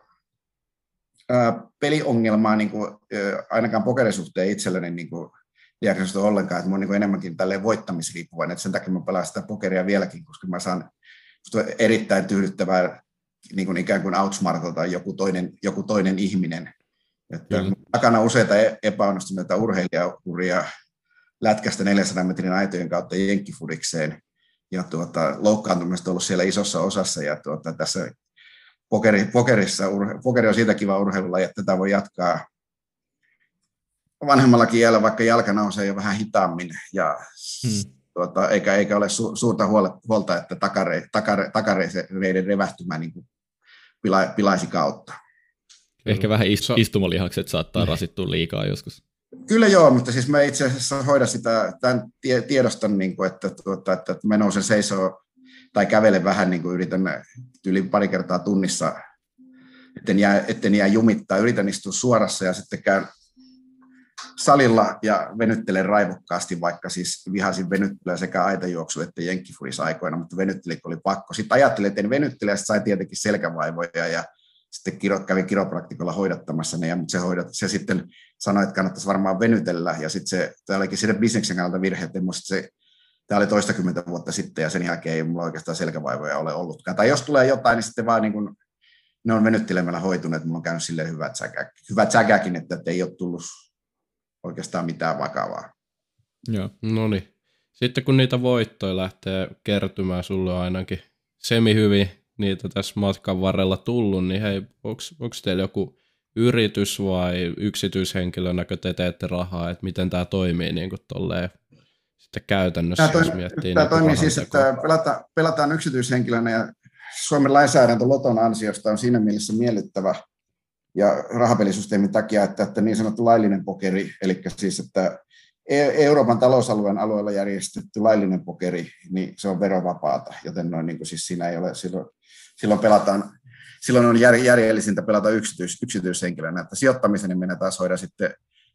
peliongelmaa niin kuin, ainakaan pokerisuhteen itselleni niin diagnosoitu ollenkaan, että mä oon niin enemmänkin tälleen voittamisriippuvainen, että sen takia mä pelaan sitä pokeria vieläkin, koska mä saan erittäin tyydyttävää niin kuin ikään kuin outsmartata joku toinen ihminen. Että takana useita epäonnistuneita urheilijauria lätkästä 400 metrin aitojen kautta jenkkifudikseen, ja loukkaantumista on ollut siellä isossa osassa, ja tässä pokeri on siitä kiva urheilulaji, että tätä voi jatkaa vanhemmallakin iällä, vaikka jalka nousee jo vähän hitaammin, ja eikä ole suurta huolta, että takareiden revähtymä niin kuin pilaisi kautta. Ehkä vähän istumalihakset saattaa rasittua liikaa joskus. Kyllä joo, mutta siis mä itse asiassa hoidan sitä, tämän tiedostan, niin kuin, että mä nousen seisoo tai kävelen vähän, niin kuin yritän yli pari kertaa tunnissa, etten jää jumittaa, yritän istua suorassa ja sitten käyn salilla ja venyttelen raivokkaasti, vaikka siis vihasin venyttelyä sekä aitajuoksu että jenkkifudis aikoina, mutta venyttely oli pakko. Sitten ajattelin, että en venyttele ja sain tietenkin selkävaivoja ja sitten kävin kiropraktikolla hoidattamassa ne, mutta se sitten sanoi, että kannattaisi varmaan venytellä, ja sitten tämä olikin siitä bisneksen kannalta virhe, että tämä oli 20 vuotta sitten, ja sen jälkeen ei mulla oikeastaan selkävaivoja ole ollutkaan. Tai jos tulee jotain, niin sitten vaan niin kuin, ne on venyttelemällä hoituneet, mulla on käynyt silleen hyvät säkäkin, että ei ole tullut oikeastaan mitään vakavaa. Joo, no niin. Sitten kun niitä voittoja lähtee kertymään, sulle on ainakin semi-hyvin niitä tässä matkan varrella tullut, niin hei, onko teillä joku yritys vai yksityishenkilönäkö te teette rahaa, että miten tämä toimii niin kuin tolleen sitten käytännössä, jos miettii Tämä niin toimii siis, että pelataan yksityishenkilönä ja Suomen lainsäädäntö Loton ansiosta on siinä mielessä miellyttävä ja rahapelisysteemin takia, että niin sanottu laillinen pokeri, eli siis, että Euroopan talousalueen alueella järjestetty laillinen pokeri, niin se on verovapaata, joten noin niin kuin siis siinä ei ole, silloin on järjellisintä pelata yksityishenkilönä, että sijoittamisen niin meidän taas hoida sitten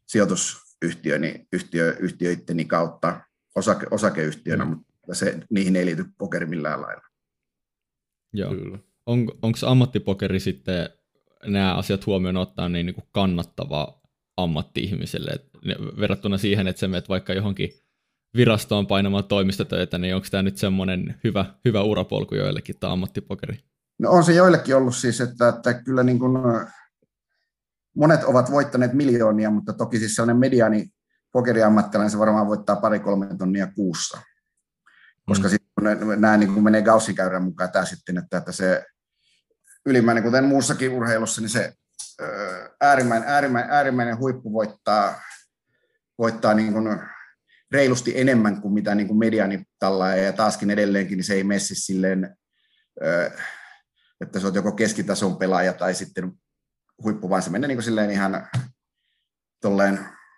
sijoitusyhtiöiden kautta osakeyhtiönä, mutta niihin ei liity pokeri millään lailla. Joo. Onko ammattipokeri sitten nämä asiat huomioon ottaa niin kuin kannattavaa ammatti-ihmiselle, verrattuna siihen, että sä menet vaikka johonkin virastoon painamaan toimistotöitä, niin onko tämä nyt semmoinen hyvä urapolku joillekin tämä ammattipokeri? No on se joillekin ollut siis, että kyllä niin kuin monet ovat voittaneet miljoonia, mutta toki siis sellainen mediaani pokeriammattilainen se varmaan voittaa 2-3 tonnia kuussa, koska sitten nämä niin kuin menee Gaussin-käyrän mukaan tämä sitten, että se ylimmäinen, kuten muussakin urheilussa, niin se äärimmäinen huippu voittaa niin kuin reilusti enemmän kuin mitä niin kuin mediaani tällä, ja taaskin edelleenkin niin se ei messi silleen, että se on joko keskitason pelaaja tai sitten huippu, vaan se menee niin kuin silleen ihan tolleen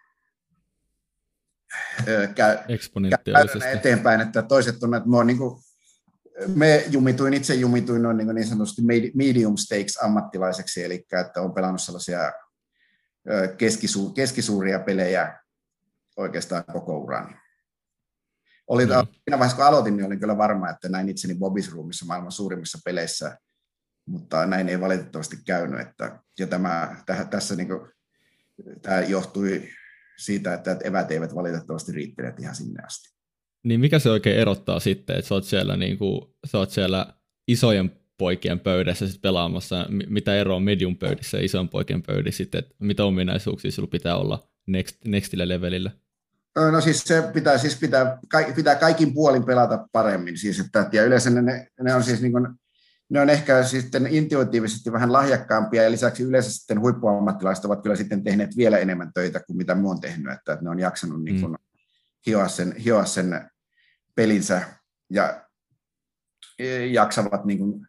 eksponentiaalisesti eteenpäin, että toiset on, että itse jumituin noin niin sanotusti medium stakes ammattilaiseksi, eli että on pelannut sellaisia keskisuuria pelejä oikeastaan koko urani. Siinä vaiheessa, kun aloitin, niin olin kyllä varma, että näin itseni Bobby's Roomissa maailman suurimmissa peleissä, mutta näin ei valitettavasti käynyt. Tässä niin kuin, tämä johtui siitä, että eväät eivät valitettavasti riittäneet ihan sinne asti. Niin mikä se oikein erottaa sitten, että sä oot siellä isojen poikien pöydässä sit pelaamassa, mitä eroa medium pöydissä ja isojen poikien pöydissä sitten, että mitä ominaisuuksia sulla pitää olla nextille levelillä? No siis se pitää kaikin puolin pelata paremmin, siis, ja yleensä ne on siis niin kuin, ne on ehkä sitten intuitiivisesti vähän lahjakkaampia, ja lisäksi yleensä sitten huippuammattilaiset ovat kyllä sitten tehneet vielä enemmän töitä kuin mitä minä olen tehnyt, että ne on jaksanut niin kuin hioa sen pelinsä ja jaksavat niin kuin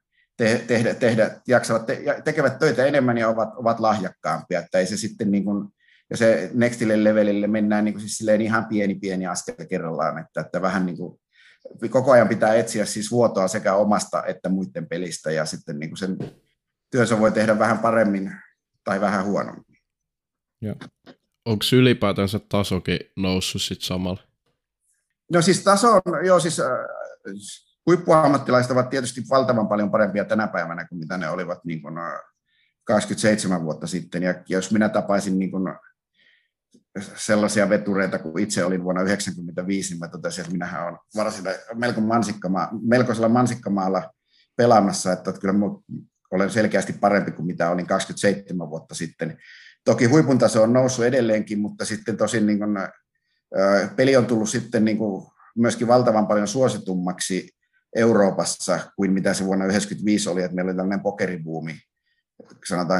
tekevät töitä enemmän ja ovat lahjakkaampia, että ei se sitten niin kuin, ja se nextille levelille mennään niin kuin siis silleen ihan pieni askel kerrallaan, että vähän niin kuin koko ajan pitää etsiä siis vuotoa sekä omasta että muiden pelistä, ja sitten niin kuin sen työnsä voi tehdä vähän paremmin tai vähän huonommin. Onko ylipäätänsä tasokin noussut sitten samalla? No siis taso on, huippuammattilaiset ovat tietysti valtavan paljon parempia tänä päivänä kuin mitä ne olivat niin kuin 27 vuotta sitten, ja jos minä tapaisin niin kuin sellaisia vetureita, kun itse olin vuonna 1995, niin mä totesin, että minähän olen melkoisella mansikkamaalla pelaamassa, että kyllä olen selkeästi parempi kuin mitä olin 27 vuotta sitten. Toki huipun taso on noussut edelleenkin, mutta sitten tosin niin kuin, peli on tullut sitten niin kuin myöskin valtavan paljon suositummaksi Euroopassa kuin mitä se vuonna 1995 oli, että meillä oli tällainen pokeribuumi, sanotaan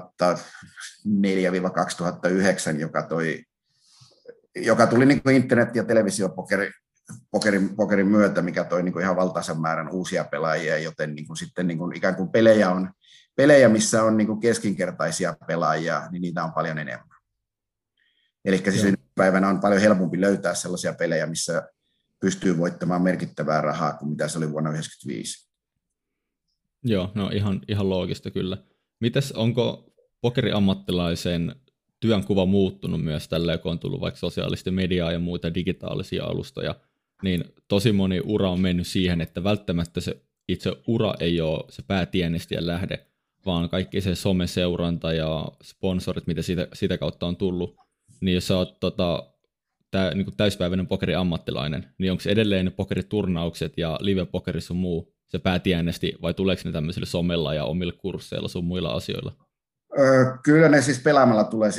2004-2009, joka tuli niin kuin internet- ja televisiopokerin myötä, mikä toi niin kuin ihan valtaisan määrän uusia pelaajia, joten niin kuin sitten niin kuin ikään kuin pelejä, missä on niin kuin keskinkertaisia pelaajia, niin niitä on paljon enemmän. Eli siis päivänä on paljon helpompi löytää sellaisia pelejä, missä pystyy voittamaan merkittävää rahaa kuin mitä se oli vuonna 1995. Joo, no ihan loogista kyllä. Mites, onko pokeriammattilaisen työnkuva muuttunut myös tällä, kun on tullut vaikka sosiaalista mediaa ja muita digitaalisia alustoja, niin tosi moni ura on mennyt siihen, että välttämättä se itse ura ei ole se päätienestien lähde, vaan kaikki se someseuranta ja sponsorit, mitä sitä kautta on tullut. Niin jos sä oot niin täyspäiväinen pokeriammattilainen, niin onko edelleen ne pokeriturnaukset ja live-pokeri sun muu se päätienesti, vai tuleeko ne tämmöisillä somella ja omilla kursseilla sun muilla asioilla? Kyllä ne siis pelaamalla tulee,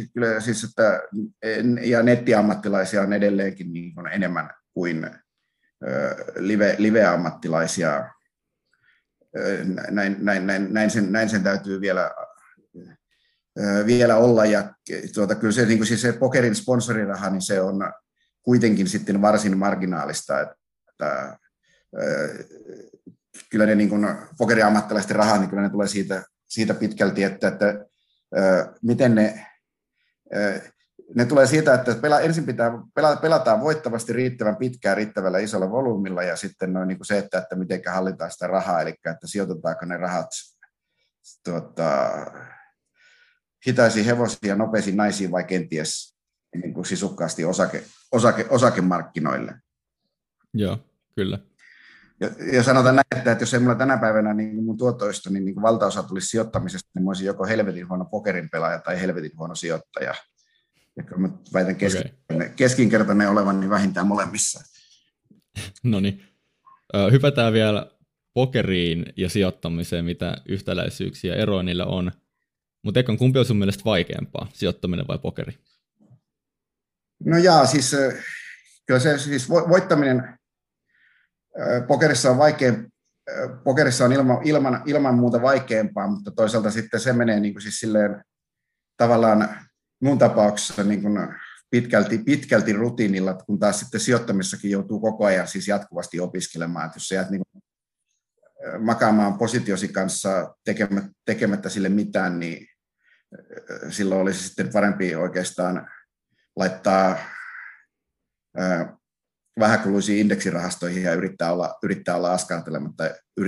ja nettiammattilaisia on edelleenkin niin kuin enemmän kuin live-ammattilaisia. Näin sen täytyy vielä vielä olla, ja kyllä se, niin kuin siis se pokerin sponsoriraha, niin se on kuitenkin sitten varsin marginaalista, että kyllä ne niin kuin pokeriammattilaisten rahat, niin kyllä ne tulee siitä pitkälti, että miten ne tulee siitä, että ensin pelataan voittavasti riittävän pitkään riittävällä isolla volyymilla, ja sitten on niin kuin se, että miten hallitaan sitä rahaa, eli että sijoitetaanko ne rahat hitaisiin hevosiin ja nopeisiin naisiin vai kenties niin kuin sisukkaasti osakemarkkinoille. Joo, kyllä. Ja sanotaan näin, että jos ei mulla tänä päivänä niin mun tuotoista, niin kuin valtaosa tulisi sijoittamisesta, niin mä olisin joko helvetin huono pokerin pelaaja tai helvetin huono sijoittaja. Ja kyllä mä väitän keskinkertainen olevan niin vähintään molemmissa. No niin. Hypätään vielä pokeriin ja sijoittamiseen, mitä yhtäläisyyksiä ja eroja niillä on. Mutta Ekan, kumpi on sun mielestä vaikeampaa, sijoittaminen vai pokeri? No jaa, siis kyllä se siis voittaminen pokerissa on pokerissa on ilman muuta vaikeampaa, mutta toisaalta sitten se menee niin kuin siis silleen tavallaan mun tapauksessa niin kuin pitkälti rutiinilla, kun taas sitten sijoittamisessakin joutuu koko ajan siis jatkuvasti opiskelemaan, että jos sä jäät niin kuin makaamaan positiosi kanssa tekemättä sille mitään, niin silloin olisi sitten parempi oikeastaan laittaa vähäkuluisiin indeksirahastoihin ja yrittää olla askartelematta,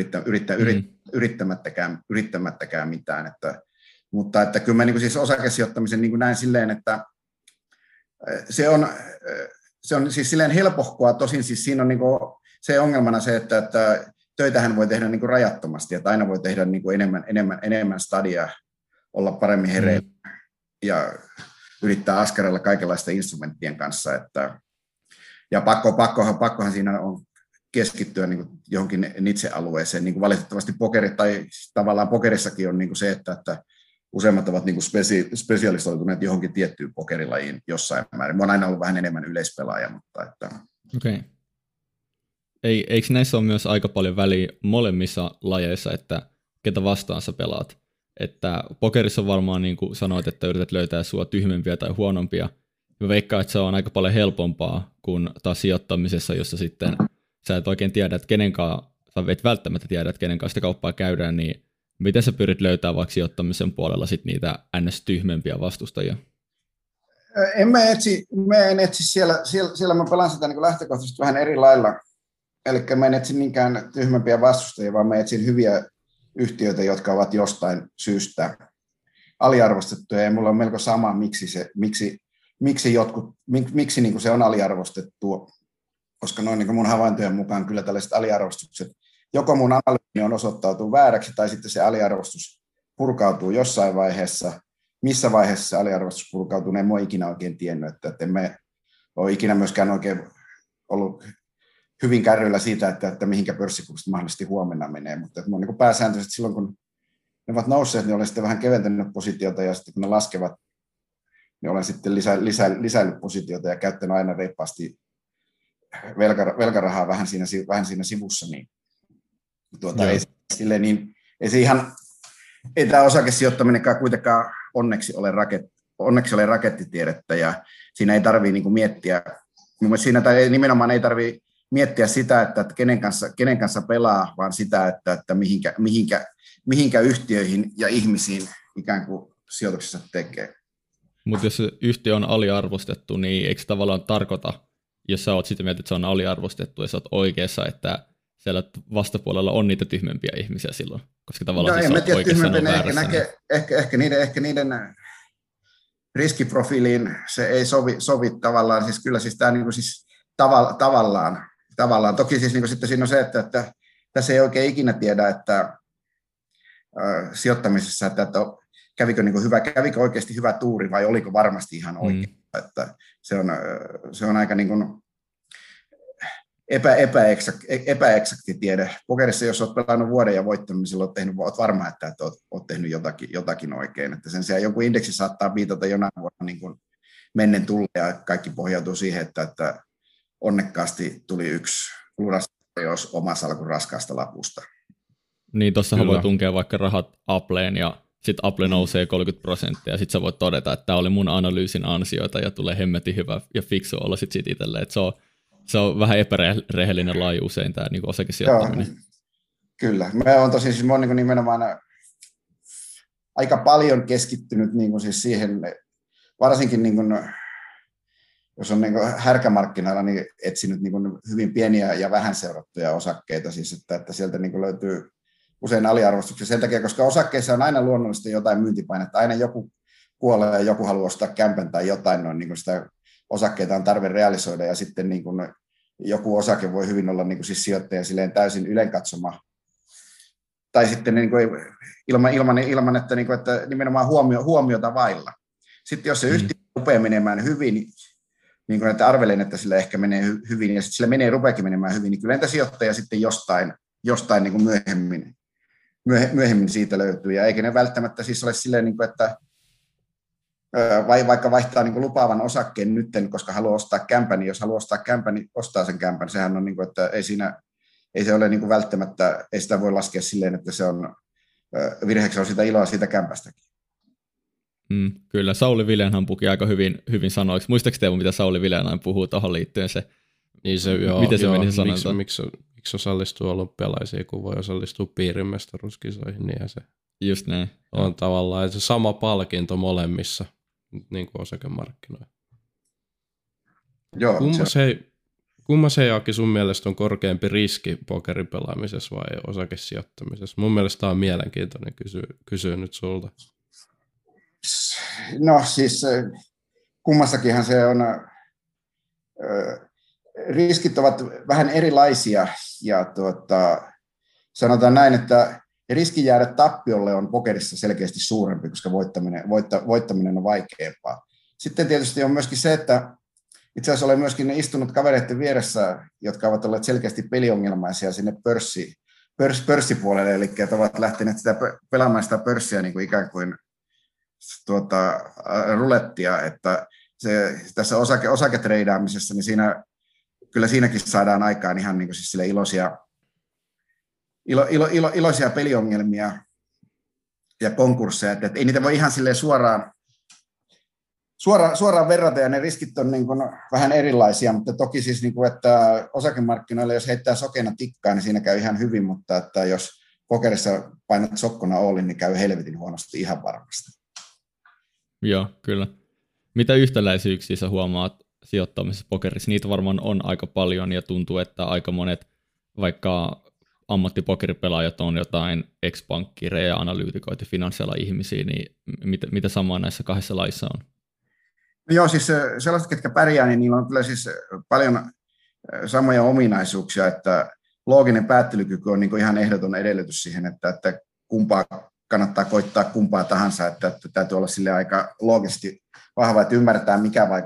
yrittämättäkään mitään. Mutta että kyllä mä niin kuin siis osakesijoittamisen niin kuin näen silleen, että se on siis silleen helpohkoa, tosin siis siinä on niin kuin se ongelmana se, että töitähän voi tehdä niin kuin rajattomasti, että aina voi tehdä niin kuin enemmän stadia, olla paremmin hereillä ja yrittää askarella kaikenlaisten instrumenttien kanssa, ja pakkohan siinä on keskittyä niin kuin johonkin niche-alueeseen, niin kuin valitettavasti tavallaan pokerissakin on niin kuin se, että useimmat ovat niin kuin spesialisoituneet johonkin tiettyyn pokerilajiin jossain määrin. Mä oon aina ollut vähän enemmän yleispelaaja, mutta että... Okei. Eikö näissä ole myös aika paljon väliä molemmissa lajeissa, että ketä vastaan sä pelaat? Että pokerissa on varmaan, niin kuin sanoit, että yrität löytää sua tyhmempiä tai huonompia. Mä veikkaan, että se on aika paljon helpompaa kuin taas sijoittamisessa, jossa sitten sä et oikein tiedä, että tai et välttämättä tiedä, että kenen kanssa sitä kauppaa käydään, niin miten sä pyrit löytämään vaikka sijoittamisen puolella sit niitä ns-tyhmempiä vastustajia? Mä en etsi siellä mä pelaan sitä niin kuin lähtökohtaisesti vähän eri lailla. Eli mä en etsi niinkään tyhmempiä vastustajia, vaan mä etsin hyviä yhtiöitä, jotka ovat jostain syystä aliarvostettuja, ja mulla on melko sama, miksi niin kuin se on aliarvostettu, koska noin niin kuin mun havaintojen mukaan kyllä tällaiset aliarvostukset, joko mun analyysi on osoittautunut vääräksi, tai sitten se aliarvostus purkautuu jossain vaiheessa. Missä vaiheessa se aliarvostus purkautuu, en ole ikinä oikein tiennyt, että emme ole ikinä myöskään oikein ollut hyvin kärryillä siitä, että mihinkä pörssikurssit mahdollisesti huomenna menee, mutta että niin pääsääntöisesti silloin, kun ne ovat nousseet, niin olen sitten vähän keventänyt positiota, ja sitten kun ne laskevat, niin olen sitten lisännyt positiota ja käyttänyt aina reippaasti velkarahaa vähän siinä sivussa, niin, ei se ihan, ei tämä osakesijoittaminenkaan kuitenkaan onneksi ole rakettitiedettä, ja siinä ei tarvitse niin kuin miettiä, nimenomaan ei tarvitse miettiä sitä, että kenen kanssa pelaa, vaan sitä, että mihinkä yhtiöihin ja ihmisiin ikään kuin sijoituksessa tekee. Mutta jos yhtiö on aliarvostettu, niin eikö tavallaan tarkoita, jos sä oot sitä mieltä, että se on aliarvostettu ja sä oot oikeassa, että siellä vastapuolella on niitä tyhmempiä ihmisiä silloin? Koska tavallaan no, siis oikeassa on väärässä. Ehkä niiden riskiprofiiliin se ei sovi tavallaan, siis kyllä siis tämä niin kuin siis tavallaan. Toki siis niin kuin sitten siinä on se, että tässä ei oikein ikinä tiedä, että sijoittamisessa, että kävikö oikeasti hyvä tuuri vai oliko varmasti ihan oikein. Että se on aika niin kuin epäeksakti tiede. Pokerissa, jos olet pelannut vuoden ja voittanut, niin silloin olet varma, että olet tehnyt jotakin oikein. Että sen sijaan joku indeksi saattaa viitata jonain vuonna niin kuin mennen tulle, ja kaikki pohjautuu siihen, että onnekkaasti tuli yksi lurastajaus oma salkun raskaasta lapusta. Niin, tuossahan voi tunkea vaikka rahat Appleen ja sitten Apple nousee 30%, ja sitten sä voit todeta, että tämä oli mun analyysin ansioita, ja tulee hemmetin hyvä ja fiksu olla sitten sit itselle. Että se on vähän epärehellinen laji usein tämä niin osakesijoittaminen. Joo, kyllä. Me on tosi siis niin nimenomaan aika paljon keskittynyt niin kuin siis siihen, varsinkin niin kuin, jos on niin kuin härkämarkkinoilla, niin etsinyt niin kuin hyvin pieniä ja vähän seurattuja osakkeita, siis että sieltä niin kuin löytyy usein aliarvostuksia sen takia, koska osakkeissa on aina luonnollisesti jotain myyntipainetta, aina joku kuolee ja joku haluaa ostaa kämpän tai jotain, niin kuin sitä osakkeita on tarve realisoida, ja sitten niin kuin joku osake voi hyvin olla niin kuin siis sijoittaja silleen täysin ylenkatsoma, tai sitten niin kuin ilman että, niin kuin, että nimenomaan huomiota vailla. Sitten jos se yhtiö rupeaa menemään hyvin, niin kuin että arvelen, että sillä ehkä menee hyvin, ja sitten sillä rupeakin menemään hyvin, niin kyllä entä sijoittaja sitten jostain niin kuin myöhemmin siitä löytyy, ja eikä ne välttämättä siis ole silleen, niin kuin, että vaikka vaihtaa niin kuin lupaavan osakkeen nytten, koska haluaa ostaa kämpän, niin jos haluaa ostaa kämpän, niin ostaa sen kämpän. Sehän on, niin kuin, että ei se ole niin kuin välttämättä, ei sitä voi laskea silleen, että se on virheeksi on sitä iloa siitä kämpästäkin. Kyllä, Sauli Vilenhan puki aika hyvin sanoiksi. Muistatko Teemu, mitä Sauli Vilen puhuu tuohon liittyen? Miten se meni se sanonta? Miksi osallistuu olympialaisiin, kun voi osallistua piirimestaruuskisoihin, niin se just näin. On tavallaan se sama palkinto molemmissa niin kuin osakemarkkinoilla. Joo, kummas Jaakki sun mielestä on korkeampi riski pokerin pelaamisessa vai osakesijoittamisessa? Mun mielestä tämä on mielenkiintoinen kysyä nyt sulta. No siis kummassakinhan se on, riskit ovat vähän erilaisia, ja sanotaan näin, että riski jäädä tappiolle on pokerissa selkeästi suurempi, koska voittaminen on vaikeampaa. Sitten tietysti on myöskin se, että itse asiassa olen myöskin istunut kavereiden vieressä, jotka ovat olleet selkeästi peliongelmaisia sinne pörssipuolelle, eli ovat lähteneet sitä pelaamaan sitä pörssiä niin kuin ikään kuin rulettia, että tässä osaketreidaamisessa, niin kyllä siinäkin saadaan aikaan ihan niin kuin siis sille iloisia peliongelmia ja konkursseja, että ei niitä voi ihan silleen suoraan verrata, ja ne riskit on niin kuin vähän erilaisia, mutta toki siis, niin kuin, että osakemarkkinoilla, jos heittää sokeena tikkaa, niin siinä käy ihan hyvin, mutta että jos pokerissa painat sokkona Allin, niin käy helvetin huonosti ihan varmasti. Joo, kyllä. Mitä yhtäläisyyksiä sä huomaat sijoittamisessa pokerissa? Niitä varmaan on aika paljon, ja tuntuu, että aika monet vaikka ammattipokeripelaajat on jotain ex-pankkireja, analyytikoita, finanssialan ihmisiä, niin mitä samaa näissä kahdessa laissa on? Joo, siis sellaiset, ketkä pärjää, niin niillä on kyllä siis paljon samoja ominaisuuksia, että looginen päättelykyky on niin kuin ihan ehdoton edellytys siihen, että kumpaa kannattaa koittaa kumpaa tahansa, että täytyy olla sille aika loogisesti vahva, että ymmärtää,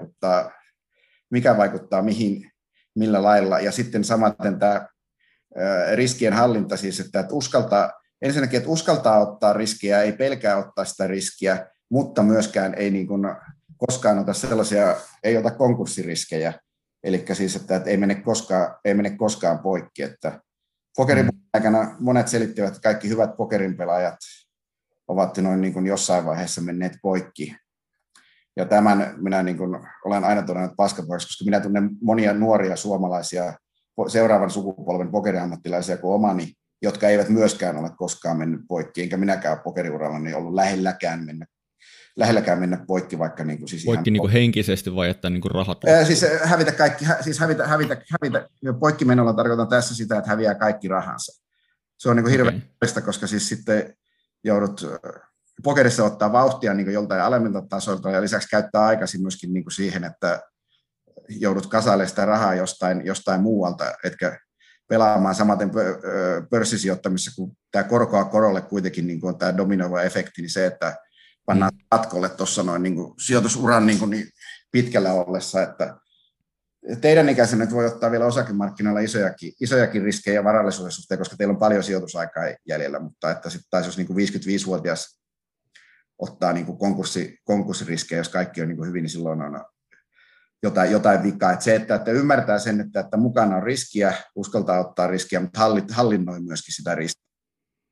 mikä vaikuttaa mihin, millä lailla, ja sitten samaten tämä riskien hallinta siis, että ensinnäkin uskaltaa ottaa riskiä, ei pelkää ottaa sitä riskiä, mutta myöskään ei niin kuin koskaan ota sellaisia, ei ota konkurssiriskejä, eli siis, että ei mene koskaan poikki, että pokerin aikana monet selittivät, että kaikki hyvät pokerin pelaajat ovat noin niin kuin jossain vaiheessa menneet poikki, ja tämän minä niin kuin olen aina todennut paskapoiksi, koska minä tunnen monia nuoria suomalaisia seuraavan sukupolven pokeriammattilaisia kuin omani, jotka eivät myöskään ole koskaan mennyt poikki, enkä minäkään pokeriuralla niin ollut lähelläkään mennä poikki, vaikka niin kuin siis poikki niin kuin henkisesti vai että niin kuin rahat? Siis hävitä kaikki, siis hävitä. Poikkimenolla tarkoitan tässä sitä, että häviää kaikki rahansa. Se on niin kuin hirveän okay. Koska siis sitten joudut pokerissa ottaa vauhtia niin kuin joltain alemmilta tasoilta, ja lisäksi käyttää aikaisin myöskin niin kuin siihen, että joudut kasailemaan sitä rahaa jostain muualta, etkä pelaamaan samaten pörssisijoittamissa, kun tämä korkoa korolle kuitenkin niin kuin on tämä dominoiva efekti, niin se, että pannaan katkolle tuossa noin niin kuin sijoitusuran niin pitkällä ollessa, että teidän ikäisenä nyt voi ottaa vielä osakemarkkinoilla isojakin riskejä varallisuuden suhteen, koska teillä on paljon sijoitusaikaa jäljellä, mutta että sitten taisi jos niin kuin 55-vuotias ottaa niin kuin konkurssiriskejä, jos kaikki on niin kuin hyvin, niin silloin on jotain vikaa. Että se, että ymmärtää sen, että mukana on riskiä, uskaltaa ottaa riskiä, mutta hallinnoi myöskin sitä riskiä.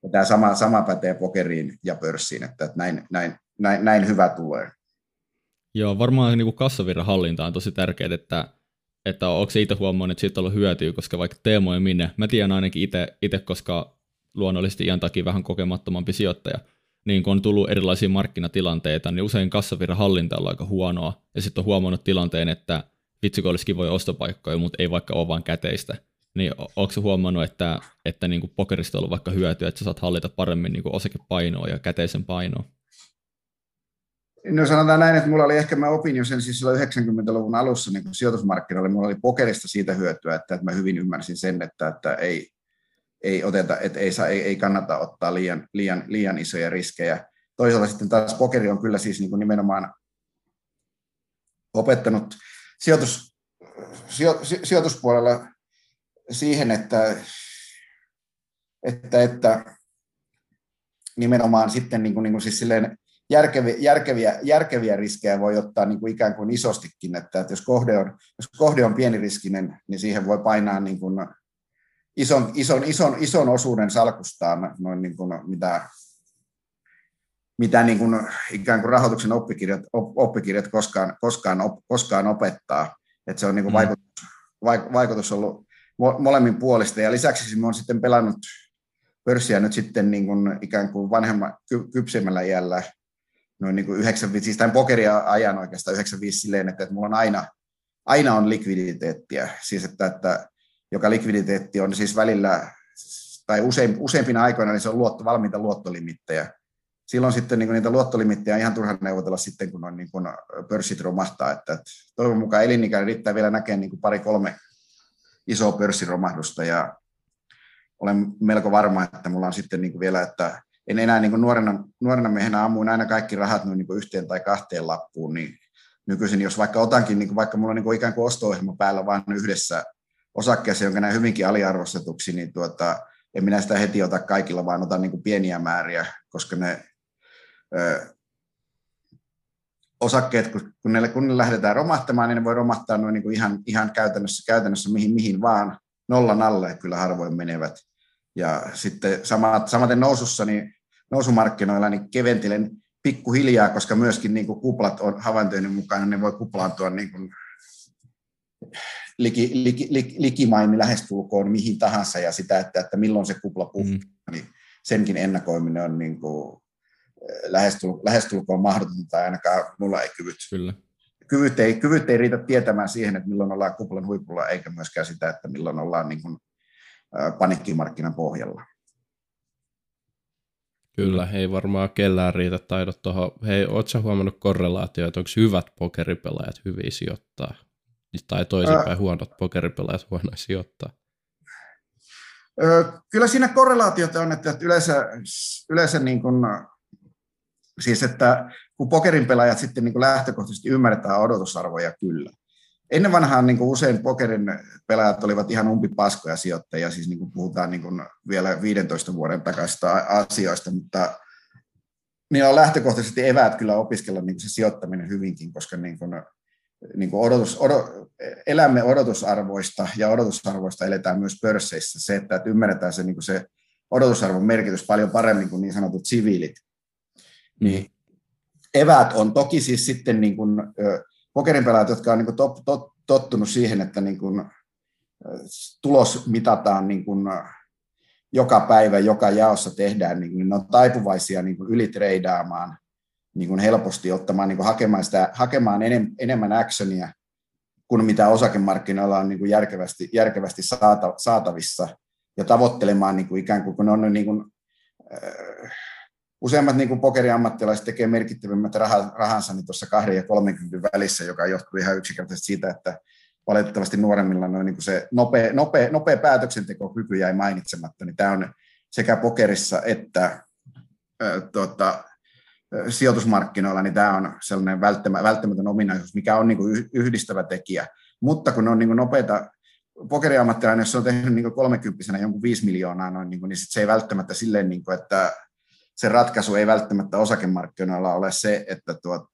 Ja tämä sama pätee pokeriin ja pörssiin, että näin hyvä tulee. Joo, varmaan niin kuin kassavirran hallinta on tosi tärkeää, että onko se itse huomannut, että siitä on ollut hyötyä, koska vaikka Teemu ja Minne, mä tiedän ainakin itse, koska luonnollisesti iän takia vähän kokemattomampi sijoittaja, niin kun on tullut erilaisia markkinatilanteita, niin usein kassavirran hallinta on aika huonoa, ja sitten on huomannut tilanteen, että vitsi, olisi kivoja ostopaikkoja, mutta ei vaikka ole vaan käteistä. Niin onko se huomannut, että niin kuin pokerista on ollut vaikka hyötyä, että sä saat hallita paremmin niin kuin osakepainoa ja käteisen painoa? No sanotaan näin, että mulla oli ehkä, mä opin jo sen siis silloin 90-luvun alussa niin sijoitusmarkkinoilla, mulla oli pokerista siitä hyötyä, että mä hyvin ymmärsin sen, että ei oteta, että ei kannata ottaa liian isoja riskejä. Toisaalta sitten taas pokeri on kyllä siis niin kuin nimenomaan opettanut sijoituspuolella siihen, että nimenomaan sitten niin kuin siis silleen järkeviä riskejä voi ottaa niin kuin ikään kuin isostikin, että jos kohde on pieniriskinen, niin siihen voi painaa niin kuin ison osuuden salkustaan, noin niin kuin mitä niin kuin ikään kuin rahoituksen oppikirjat koskaan opettaa. Että se on niin kuin vaikutus ollut molemmin puolista, ja lisäksi mä oon sitten pelannut pörssiä nyt sitten niin kuin ikään kuin kypsemmällä iällä, noin niin kuin 95, siis tämän pokeria ajan oikeastaan 95 silleen, että mulla on aina on likviditeettiä, siis että joka likviditeetti on siis välillä, tai useimpina aikoina, niin se on valmiita luottolimittejä. Silloin sitten niin kuin niitä luottolimittejä on ihan turha neuvotella sitten, kun on niin kuin pörssit romahtaa, että toivon mukaan elinikäinen riittää vielä näkemään niin kuin 2-3 isoa pörssiromahdusta, ja olen melko varma, että mulla on sitten niin kuin vielä, että en enää niin kuin nuorena miehenä ammuin aina kaikki rahat noin niin kuin 1 tai 2 lappuun, niin nykyisin, jos vaikka otankin, niin kuin vaikka mulla on niin kuin ikään kuin osto-ohjelma päällä vain yhdessä osakkeessa, jonka näin hyvinkin aliarvostetuksi, niin en minä sitä heti ota kaikilla, vaan otan niin kuin pieniä määriä, koska ne osakkeet, kun ne lähdetään romahtamaan, niin ne voi romahtaa noin niin kuin ihan käytännössä mihin vaan, nollan alle kyllä harvoin menevät. Ja sitten samaten nousussa, niin nousumarkkinoilla niin keventelen pikkuhiljaa, koska myöskin niin kuin kuplat on havaintojen mukaan, ne voi kuplaantua niin kuin likimain lähestulkoon mihin tahansa, ja sitä, että milloin se kupla puhuu, niin senkin ennakoiminen on niin kuin lähestulkoon mahdotonta, tai ainakaan mulla ei kyvyt ei riitä tietämään siihen, että milloin ollaan kuplan huipulla, eikä myöskään sitä, että milloin ollaan niin kuin paniikkimarkkinan pohjalla. Kyllä, ei varmaan kellään riitä taidot tuohon. Hei, ootko sä huomannut korrelaatio, että onko hyvät pokeripelaajat hyviä sijoittaa? Tai toisinpäin huonot pokeripelaajat huonoja sijoittaa? Kyllä siinä korrelaatiota on, että yleensä niin kuin, siis että kun pokerin pelaajat sitten niin kuin lähtökohtaisesti ymmärtää odotusarvoja kyllä. Ennen vanhaan niin kuin usein pokerin pelaajat olivat ihan umpipaskoja sijoittajia, siis niin kuin puhutaan niin kuin vielä 15 vuoden takaisista asioista, mutta niillä on lähtökohtaisesti eväät kyllä opiskella niin kuin se sijoittaminen hyvinkin, koska niin kuin elämme odotusarvoista, ja odotusarvoista eletään myös pörsseissä. Se, että ymmärretään se, niin kuin se odotusarvon merkitys paljon paremmin kuin niin sanotut siviilit. Niin eväät on toki siis sitten niin kuin pokerin pelaajat, jotka on niin kuin tottunut siihen, että niin kuin tulos mitataan niin kuin joka päivä, joka jaossa tehdään, niin ne on taipuvaisia niin kuin ylitreidaamaan niin kuin helposti, ottamaan, niin kuin hakemaan enemmän actionia kuin mitä osakemarkkinoilla on niin kuin järkevästi saatavissa, ja tavoittelemaan niin kuin ikään kuin, kun on niin kuin, useimmat niin kuin pokeriammattilaiset tekee merkittävimmät rahansa niin tuossa 2 ja 30 välissä, joka johtuu ihan yksinkertaisesti siitä, että valitettavasti nuoremmilla noin niin kuin se nopea päätöksentekokyky jäi mainitsematta, niin tämä on sekä pokerissa että sijoitusmarkkinoilla, niin tämä on sellainen välttämätön ominaisuus, mikä on niin kuin yhdistävä tekijä. Mutta kun on niin kuin nopeita pokeriammattilainen, jos se on tehnyt niin 30-vuotiaana jonkun 5 miljoonaa, niin sit se ei välttämättä silleen, niin kuin, että se ratkaisu ei välttämättä osakemarkkinoilla ole se, että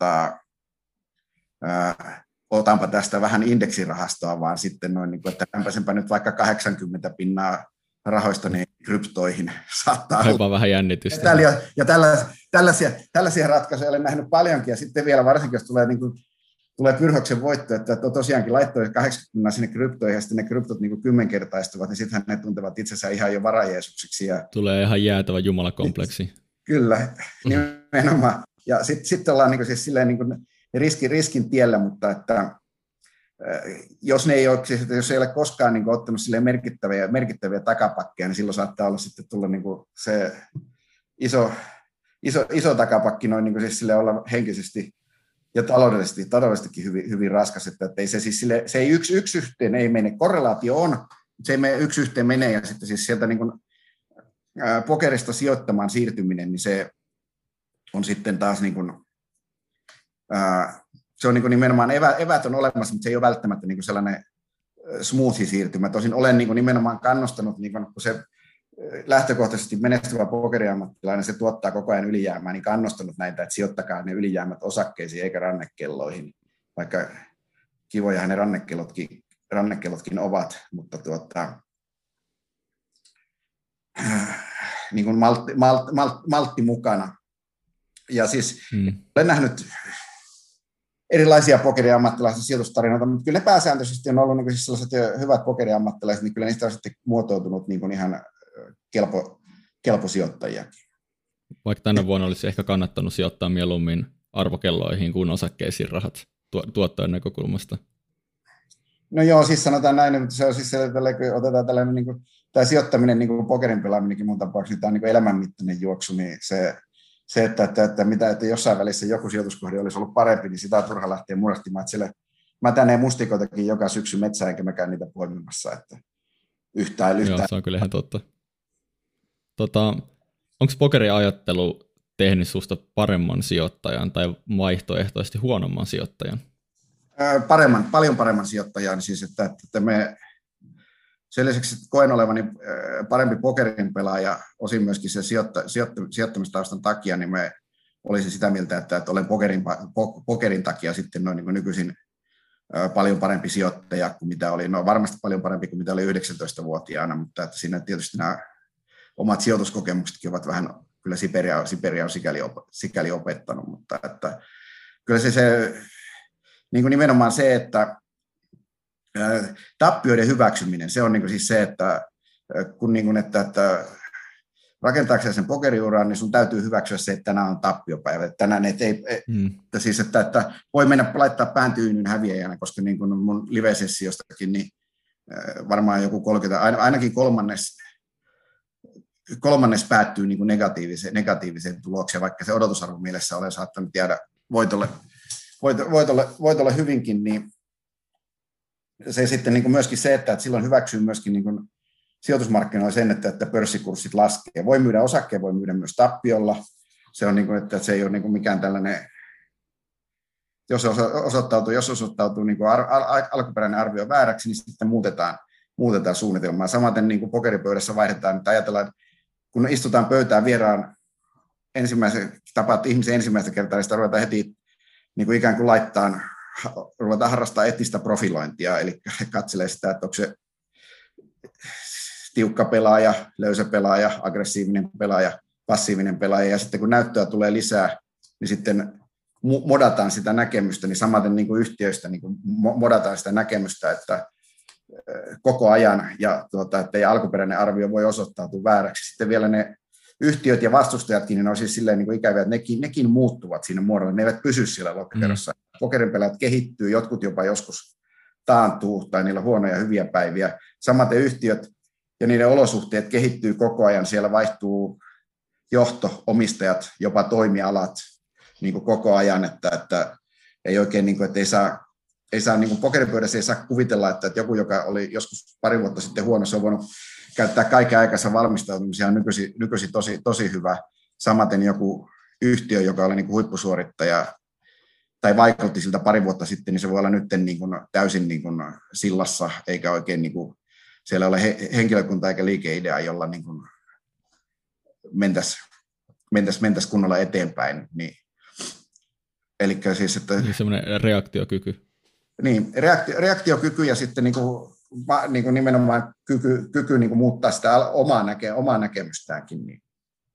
otanpa tästä vähän indeksirahastoa, vaan sitten noin, niin kuin, että lämpäisenpä nyt vaikka 80 pinnaa rahoista niin kryptoihin saattaa Aivan vähän jännitystä. Ja tällaisia ratkaisuja olen nähnyt paljonkin, ja sitten vielä varsinkin, jos tulee Pyrrhoksen voitto, että tosiaankin laittoi 80 sinne kryptoihin, ja sitten ne kryptot niin 10-kertaistuvat, niin sittenhän ne tuntevat itsensä ihan jo varajeesuksiksi. Tulee ihan jäätävä jumalakompleksi. Kyllä, nimenomaan. Ja sitten ollaan niin siis silleen niin riskin tiellä, mutta että jos ne ei ole, siis, jos ei ole koskaan niin ottanut silleen merkittäviä takapakkeja, niin silloin saattaa olla sitten tulla niin se iso takapakki noin niin siis silleen olla henkisesti ja taloudellisestikin hyvin raskas, että ei se siis sille, se ei yksi yhteen ei mene, korrelaatio on, mutta se ei mene yksi yhteen menee, ja sitten siis sieltä niin kuin, pokerista sijoittamaan siirtyminen, niin se on sitten taas niin kuin, se on niin kuin nimenomaan eväät on olemassa, mutta se ei ole välttämättä niin kuin sellainen smoothi siirtymä. Tosin olen niin kuin nimenomaan kannustanut, niin kuin, kun se lähtökohtaisesti menestyvä pokeriammattilainen, se tuottaa koko ajan ylijäämää, niin kannustanut näitä, että sijoittakaa ne ylijäämät osakkeisiin eikä rannekelloihin, vaikka kivojahan ne rannekellotkin ovat, mutta niin kuin maltti mukana. Ja siis olen nähnyt erilaisia pokeriammattilaisten sijoitustarinoita, mutta kyllä ne pääsääntöisesti on ollut niin kuin siis sellaiset hyvät pokeriammattilaiset, niin kyllä niistä on sitten muotoutunut niin kuin ihan kelpo sijoittajiakin. Vaikka tänä vuonna olisi ehkä kannattanut sijoittaa mieluummin arvokelloihin kuin osakkeisiin rahat tuottojen näkökulmasta. No joo, siis sanotaan näin, mutta se on siis se, että otetaan tällainen, niin kuin, tämä sijoittaminen, niin kuin pokerin pelaaminenkin mun tapauksessa, tämä on niin kuin elämänmittainen juoksu, niin se että jossain välissä joku sijoituskohde olisi ollut parempi, niin sitä on turha lähteä murastimaan, että mä tänne mustikoitakin joka syksy metsään, enkä mäkään niitä poimimassa, että yhtään. Joo, se on kyllä ihan totta. Onko pokeriajattelu tehnyt susta paremman sijoittajan tai vaihtoehtoisesti huonomman sijoittajan? Paljon paremman sijoittajan, siis että me sen lisäksi koen olevani parempi pokerin pelaaja, osin myöskin se sijoittamistaustan takia, niin me olisin sitä mieltä, että olen pokerin takia sitten noin niin nykyisin paljon parempi sijoittaja kuin mitä oli, no varmasti paljon parempi kuin mitä oli 19-vuotiaana, mutta että siinä tietysti nämä omat sijoituskokemuksetkin ovat vähän, kyllä Siperia on sikäli opettanut, mutta että kyllä se niin kuin nimenomaan se, että tappioiden hyväksyminen, se on niin kuin siis se, että kun niin kuin, että rakentaakseen sen pokeriuran, niin sun täytyy hyväksyä se, että tänään on tappiopäivä. Että tänään siis, että voi mennä laittaa pään tyynyn häviäjänä, koska niin kuin mun live-sessiostakin, niin varmaan joku 30, ainakin kolmannes päättyy niin kuin negatiiviseen tulokseen, vaikka se odotusarvon mielessä olen saattanut jäädä voitolle hyvinkin, niin se sitten niin kuin myöskin se, että silloin hyväksyy myöskin niin kuin sijoitusmarkkinoilla sen, että pörssikurssit laskee. Voi myydä osakkeen, voi myydä myös tappiolla. Se on niin kuin, että se ei ole niin kuin mikään tällainen, jos osoittautuu niin kuin alkuperäinen arvio vääräksi, niin sitten muutetaan suunnitelmaa. Samaten niin kuin pokeripöydässä vaihdetaan, että ajatellaan, kun istutaan pöytään vieraan tapaat ihmisen ensimmäistä kertaa, niin sitä ruvetaan heti niin kuin ikään kuin ruvetaan harrastaa etistä profilointia, eli katselee sitä, että onko se tiukka pelaaja, löysä pelaaja, aggressiivinen pelaaja, passiivinen pelaaja, ja sitten kun näyttöä tulee lisää, niin sitten modataan sitä näkemystä, niin samaten niin kuin yhtiöistä niin kuin modataan sitä näkemystä, että koko ajan, ja että alkuperäinen arvio voi osoittautua vääräksi. Sitten vielä ne yhtiöt ja vastustajatkin, niin ne on siis silleen niin kuin ikäviä, että nekin muuttuvat siinä muodolla, ne eivät pysy siellä lokerossa. Pokerinpelaajat kehittyy, jotkut jopa joskus taantuu, tai niillä on huonoja hyviä päiviä. Samaten yhtiöt ja niiden olosuhteet kehittyy koko ajan, siellä vaihtuu johto, omistajat, jopa toimialat niin kuin koko ajan, että ei oikein, niin kuin, että ei saa niin kuin pokeripöydässä ei saa kuvitella, että joku, joka oli joskus pari vuotta sitten huono, se on voinut käyttää kaiken aikansa valmistautumisia, on nykyisin tosi hyvä. Samaten joku yhtiö, joka oli niin kuin huippusuorittaja tai vaikutti siltä pari vuotta sitten, niin se voi olla nyt niin kuin täysin niin kuin sillassa, eikä oikein niin kuin, siellä ole henkilökunta eikä liikeidea, jolla niin kuin mentäisi kunnolla eteenpäin. Niin, eli siis, että niin semmoinen reaktiokyky. Niin, reaktiokyky ja sitten niin kuin niin kuin nimenomaan kyky niin kuin muuttaa sitä omaa näkemystäänkin. Niin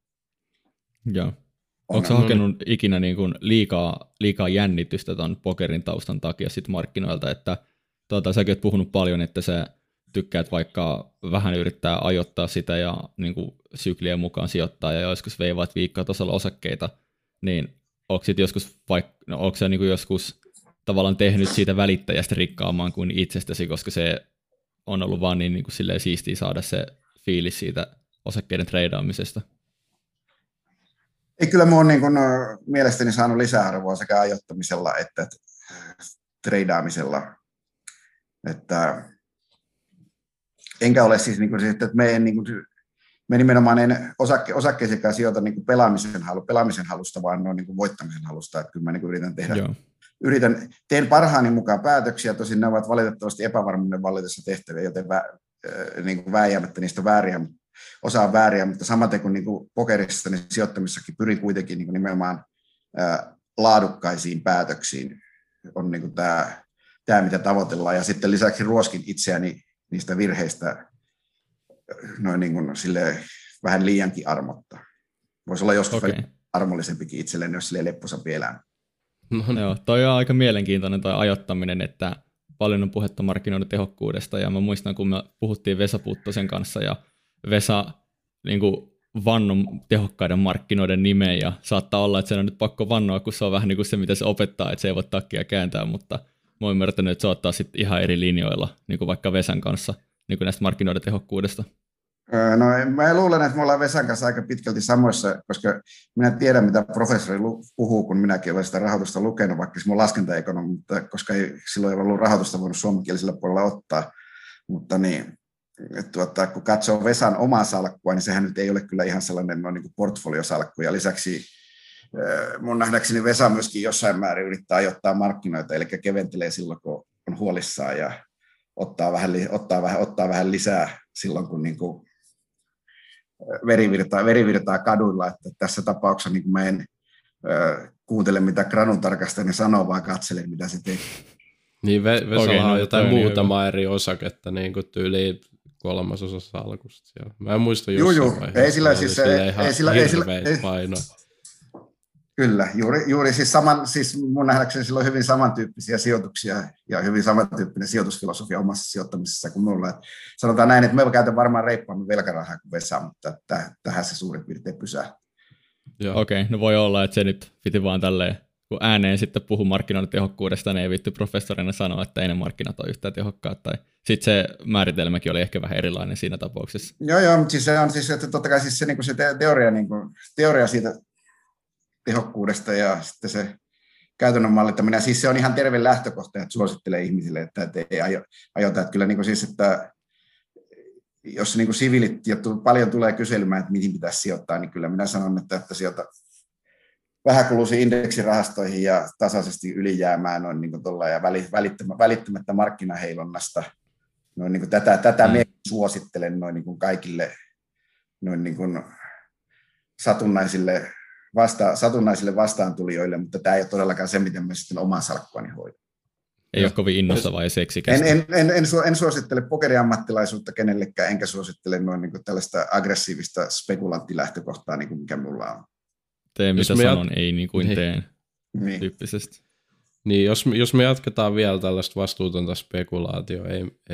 Joo. Onko sä hakenut ikinä niin kuin liikaa jännitystä ton pokerin taustan takia sit markkinoilta, että säkin oot puhunut paljon, että sä tykkäät vaikka vähän yrittää ajoittaa sitä ja niin kuin syklien mukaan sijoittaa ja joskus veivaat viikkotasolla osakkeita, niin onko sä niin kuin joskus tavallaan tehnyt siitä välittäjästä rikkaamaan kuin itsestäsi, koska se on ollut vaan niin kuin silleen siistiä saada se fiilis siitä osakkeiden treidaamisesta? Ei, kyllä mä oon niin kuin mielestäni saanut lisäarvoa sekä ajoittamisella että treidaamisella. Että enkä ole siis niin kuin, että me nimenomaan en osakkeisiinkaan sijoita niin kuin pelaamisen halusta, vaan noin niin kuin voittamisen halusta. Että kyllä mä niin kuin teen parhaani mukaan päätöksiä, tosin ne ovat valitettavasti epävarmuuden vallitessa tehtäviä, joten niin kuin vääjäämättä niistä osaan vääriä, mutta samaten kuin, pokerissa, niin sijoittamisessakin pyrin kuitenkin niin kuin nimenomaan laadukkaisiin päätöksiin, on niin kuin tämä, mitä tavoitellaan, ja sitten lisäksi ruoskin itseäni niistä virheistä noin niin kuin vähän liiankin armotta. Voisi olla joskus armollisempikin itselleen, jos silleen lepposampi elämä. No, joo, toi on aika mielenkiintoinen toi ajoittaminen, että paljon on puhetta markkinoiden tehokkuudesta, ja mä muistan, kun me puhuttiin Vesa Puttosen kanssa, ja Vesa niin kuin vannon tehokkaiden markkinoiden nimeen, ja saattaa olla, että sen on nyt pakko vannoa, kun se on vähän niin kuin se, mitä se opettaa, että se ei voi takkia kääntää, mutta mä oon ymmärtänyt, että se ottaa sitten ihan eri linjoilla, niin kuin vaikka Vesan kanssa, niin kuin näistä markkinoiden tehokkuudesta. No mä luulen, että me ollaan Vesan kanssa aika pitkälti samoissa, koska minä tiedän, mitä professori puhuu, kun minäkin olen sitä rahoitusta lukenut, vaikka se on laskentaekonomi, mutta koska silloin ei ollut rahoitusta voinut suomenkielisellä puolella ottaa. Mutta niin, kun katsoo Vesan omaa salkkua, niin sehän nyt ei ole kyllä ihan sellainen niin kuin portfoliosalkku. Ja lisäksi mun nähdäkseni Vesa myöskin jossain määrin yrittää ajoittaa markkinoita, eli keventelee silloin, kun on huolissaan ja ottaa vähän lisää silloin, kun niin kuin verivirtaa kaduilla, että tässä tapauksessa niin mä en kuuntele, mitä Granun tarkastaja sanoo, vaan katselen, mitä se tekee. Niin, Vesalla on jotain muutama eri osaketta, niin kuin tyyliin 3/3 salkusta siellä. Mä en muista jossain vaiheessa. Ei sillä siis hirveitä painoa. Kyllä, juuri siis mun nähdäkseni sillä on hyvin samantyyppisiä sijoituksia ja hyvin samantyyppinen sijoitusfilosofia omassa sijoittamisessa kuin minulla. Sanotaan näin, että me käytän varmaan reippaammin velkarahaa kuin Vesa, mutta tähän se suurin piirtein pysää. Okei, no voi olla, että se nyt piti vaan tälleen, kun ääneen sitten puhuu markkinoiden tehokkuudesta, niin ei vittu professorina sanoa, että ei ne markkinat ole yhtään tehokkaat. Tai sitten se määritelmäkin oli ehkä vähän erilainen siinä tapauksessa. Joo, mutta siis se on siis, että totta kai siis se teoria siitä tehokkuudesta ja sitten se käytännön mallittaminen. Siis se on ihan terve lähtökohta, että suosittelee ihmisille, että ei ajota. Että kyllä niin kuin siis, että jos niin kuin siviilit ja paljon tulee kyselymään, että mihin pitäisi sijoittaa, niin kyllä minä sanon, että sijoita vähäkuluisiin indeksirahastoihin ja tasaisesti ylijäämään noin niin kuin tuolla ja välittämättä markkinaheilonnasta. Noin niin kuin tätä me suosittelen noin niin kuin kaikille noin niin kuin satunnaisille vastaantulijoille, mutta tämä ei ole todellakaan se, miten mä sitten oman salkkuani hoidan. Ei ole kovin innostavaa ja seksikästä. En suosittele pokeriammattilaisuutta kenellekään, enkä suosittele noin niin kuin tällaista aggressiivista spekulanttilähtökohtaa, niin kuin mikä mulla on. Tee mitä sanon, ei niin kuin teen tyyppisesti. Niin, jos me jatketaan vielä tällaista vastuutonta spekulaatioa,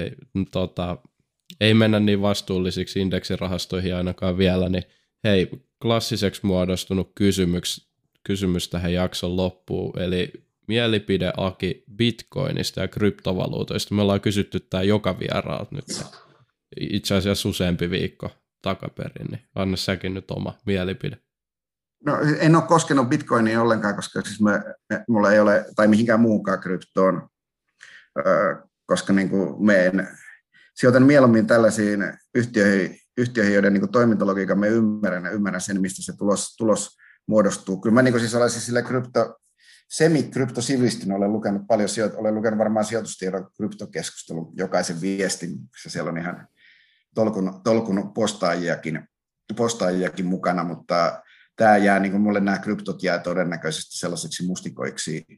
ei mennä niin vastuullisiksi indeksirahastoihin ainakaan vielä, niin hei, klassiseksi muodostunut kysymys tähän jakson loppuun, eli mielipide Aki Bitcoinista ja kryptovaluutoista. Me ollaan kysytty tämä joka vieraalta nyt, itse asiassa useampi viikko takaperin, niin anna säkin nyt oma mielipide. No, en ole koskenut Bitcoiniin ollenkaan, koska siis mulla ei ole, tai mihinkään muukaan kryptoon, koska niin kuin sijoitan mieluummin tällaisiin yhtiöihin, joiden niin toimintalogiikan me ymmärrän sen, mistä se tulos muodostuu. Kyllä mä niin siis olisin sille semikryptosivistin, olen lukenut varmaan sijoitustiedon kryptokeskustelun jokaisen viestin, missä siellä on ihan tolkun postaajiakin mukana, mutta tämä jää, niin kuin mulle nämä kryptot jää todennäköisesti sellaiseksi mustikoiksi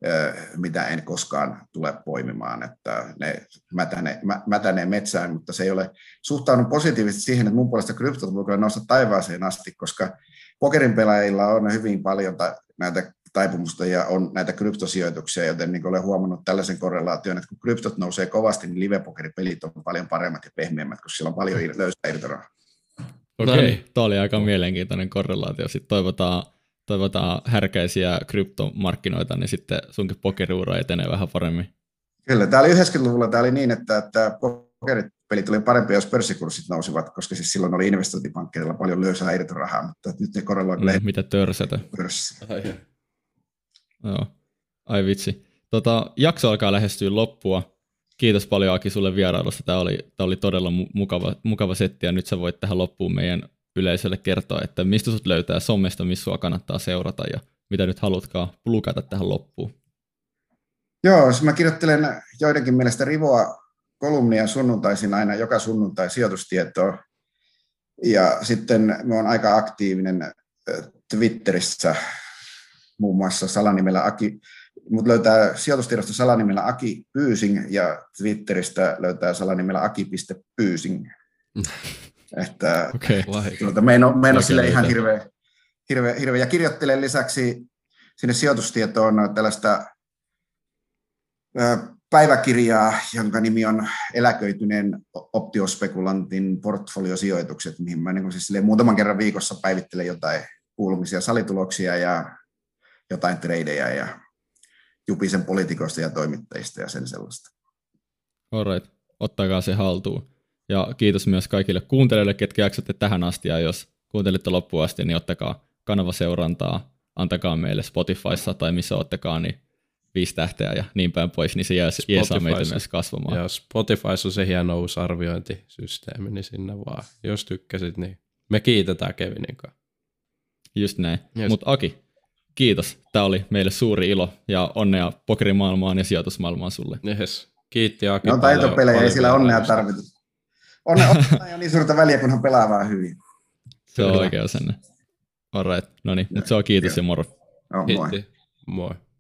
mitä en koskaan tule poimimaan, että ne mätänee metsään, mutta se ei ole suhtaudun positiivisesti siihen, että mun puolesta kryptot voi nousta taivaaseen asti, koska pokerin pelaajilla on hyvin paljon näitä taipumusta ja on näitä kryptosijoituksia, joten niin olen huomannut tällaisen korrelaation, että kun kryptot nousee kovasti, niin live-pokeripelit on paljon paremmat ja pehmeämmät, koska siellä on paljon löysää irtorahaa. Okei, tämä oli aika mielenkiintoinen korrelaatio. Sitten toivotaan härkäisiä kryptomarkkinoita, niin sitten sunkin pokeriura etenee vähän paremmin. Kyllä, tämä oli 90-luvulla tämä oli niin, että pokeripelit oli parempia, jos pörssikurssit nousivat, koska siis silloin oli investointipankkeilla paljon löysää irtorahaa, mutta nyt ne korreloivat. Mitä törsätä? Pörssi. Joo. Ai vitsi. Jakso alkaa lähestyä loppua. Kiitos paljon Aki sulle vierailusta. Tämä oli todella mukava setti ja nyt sä voit tähän loppuun meidän yleisölle kertoa, että mistä sut löytää somesta, missä sua kannattaa seurata ja mitä nyt halutkaan plukata tähän loppuun. Joo, jos mä kirjoittelen joidenkin mielestä rivoa kolumnia sunnuntaisin aina joka sunnuntai sijoitustietoa ja sitten mä oon aika aktiivinen Twitterissä muun muassa salanimellä Aki. Mut löytää sijoitustiedosta salanimellä Aki Pyysing ja Twitteristä löytää salanimellä aki.pyysing. Että me en ole sille ihan hirveä. Ja kirjoittelen lisäksi sinne sijoitustietoon tällaista päiväkirjaa, jonka nimi on Eläköityneen optiospekulantin portfoliosijoitukset, mihin mä niin siis muutaman kerran viikossa päivittelen jotain kuulumisia salituloksia ja jotain treidejä ja jupisen poliitikoista ja toimittajista ja sen sellaista. Alright, ottakaa se haltuun. Ja kiitos myös kaikille kuuntelijoille, ketkä jaksatte tähän asti, ja jos kuuntelitte loppuun asti, niin ottakaa kanavaseurantaa, antakaa meille Spotifyssa tai missä ottekaan, niin 5 tähteä ja niin päin pois, niin se jeesaa meitä myös kasvamaan. Ja Spotifyssa on se hieno uusi arviointisysteemi, niin sinne vaan. Jos tykkäsit, niin me kiitetään Kevinin kanssa. Just näin. Mutta Aki, kiitos. Tämä oli meille suuri ilo ja onnea pokerimaailmaan ja sijoitusmaailmaan sulle. Yes. Kiitti Aki. No taitopelejä, ei sillä onnea tarvita. Onnea ei ole niin suurta väliä, kunhan pelaa vaan hyvin. Se on oikein asenne. Alright, no niin, nyt se on kiitos ja moro. No, moi. Moi.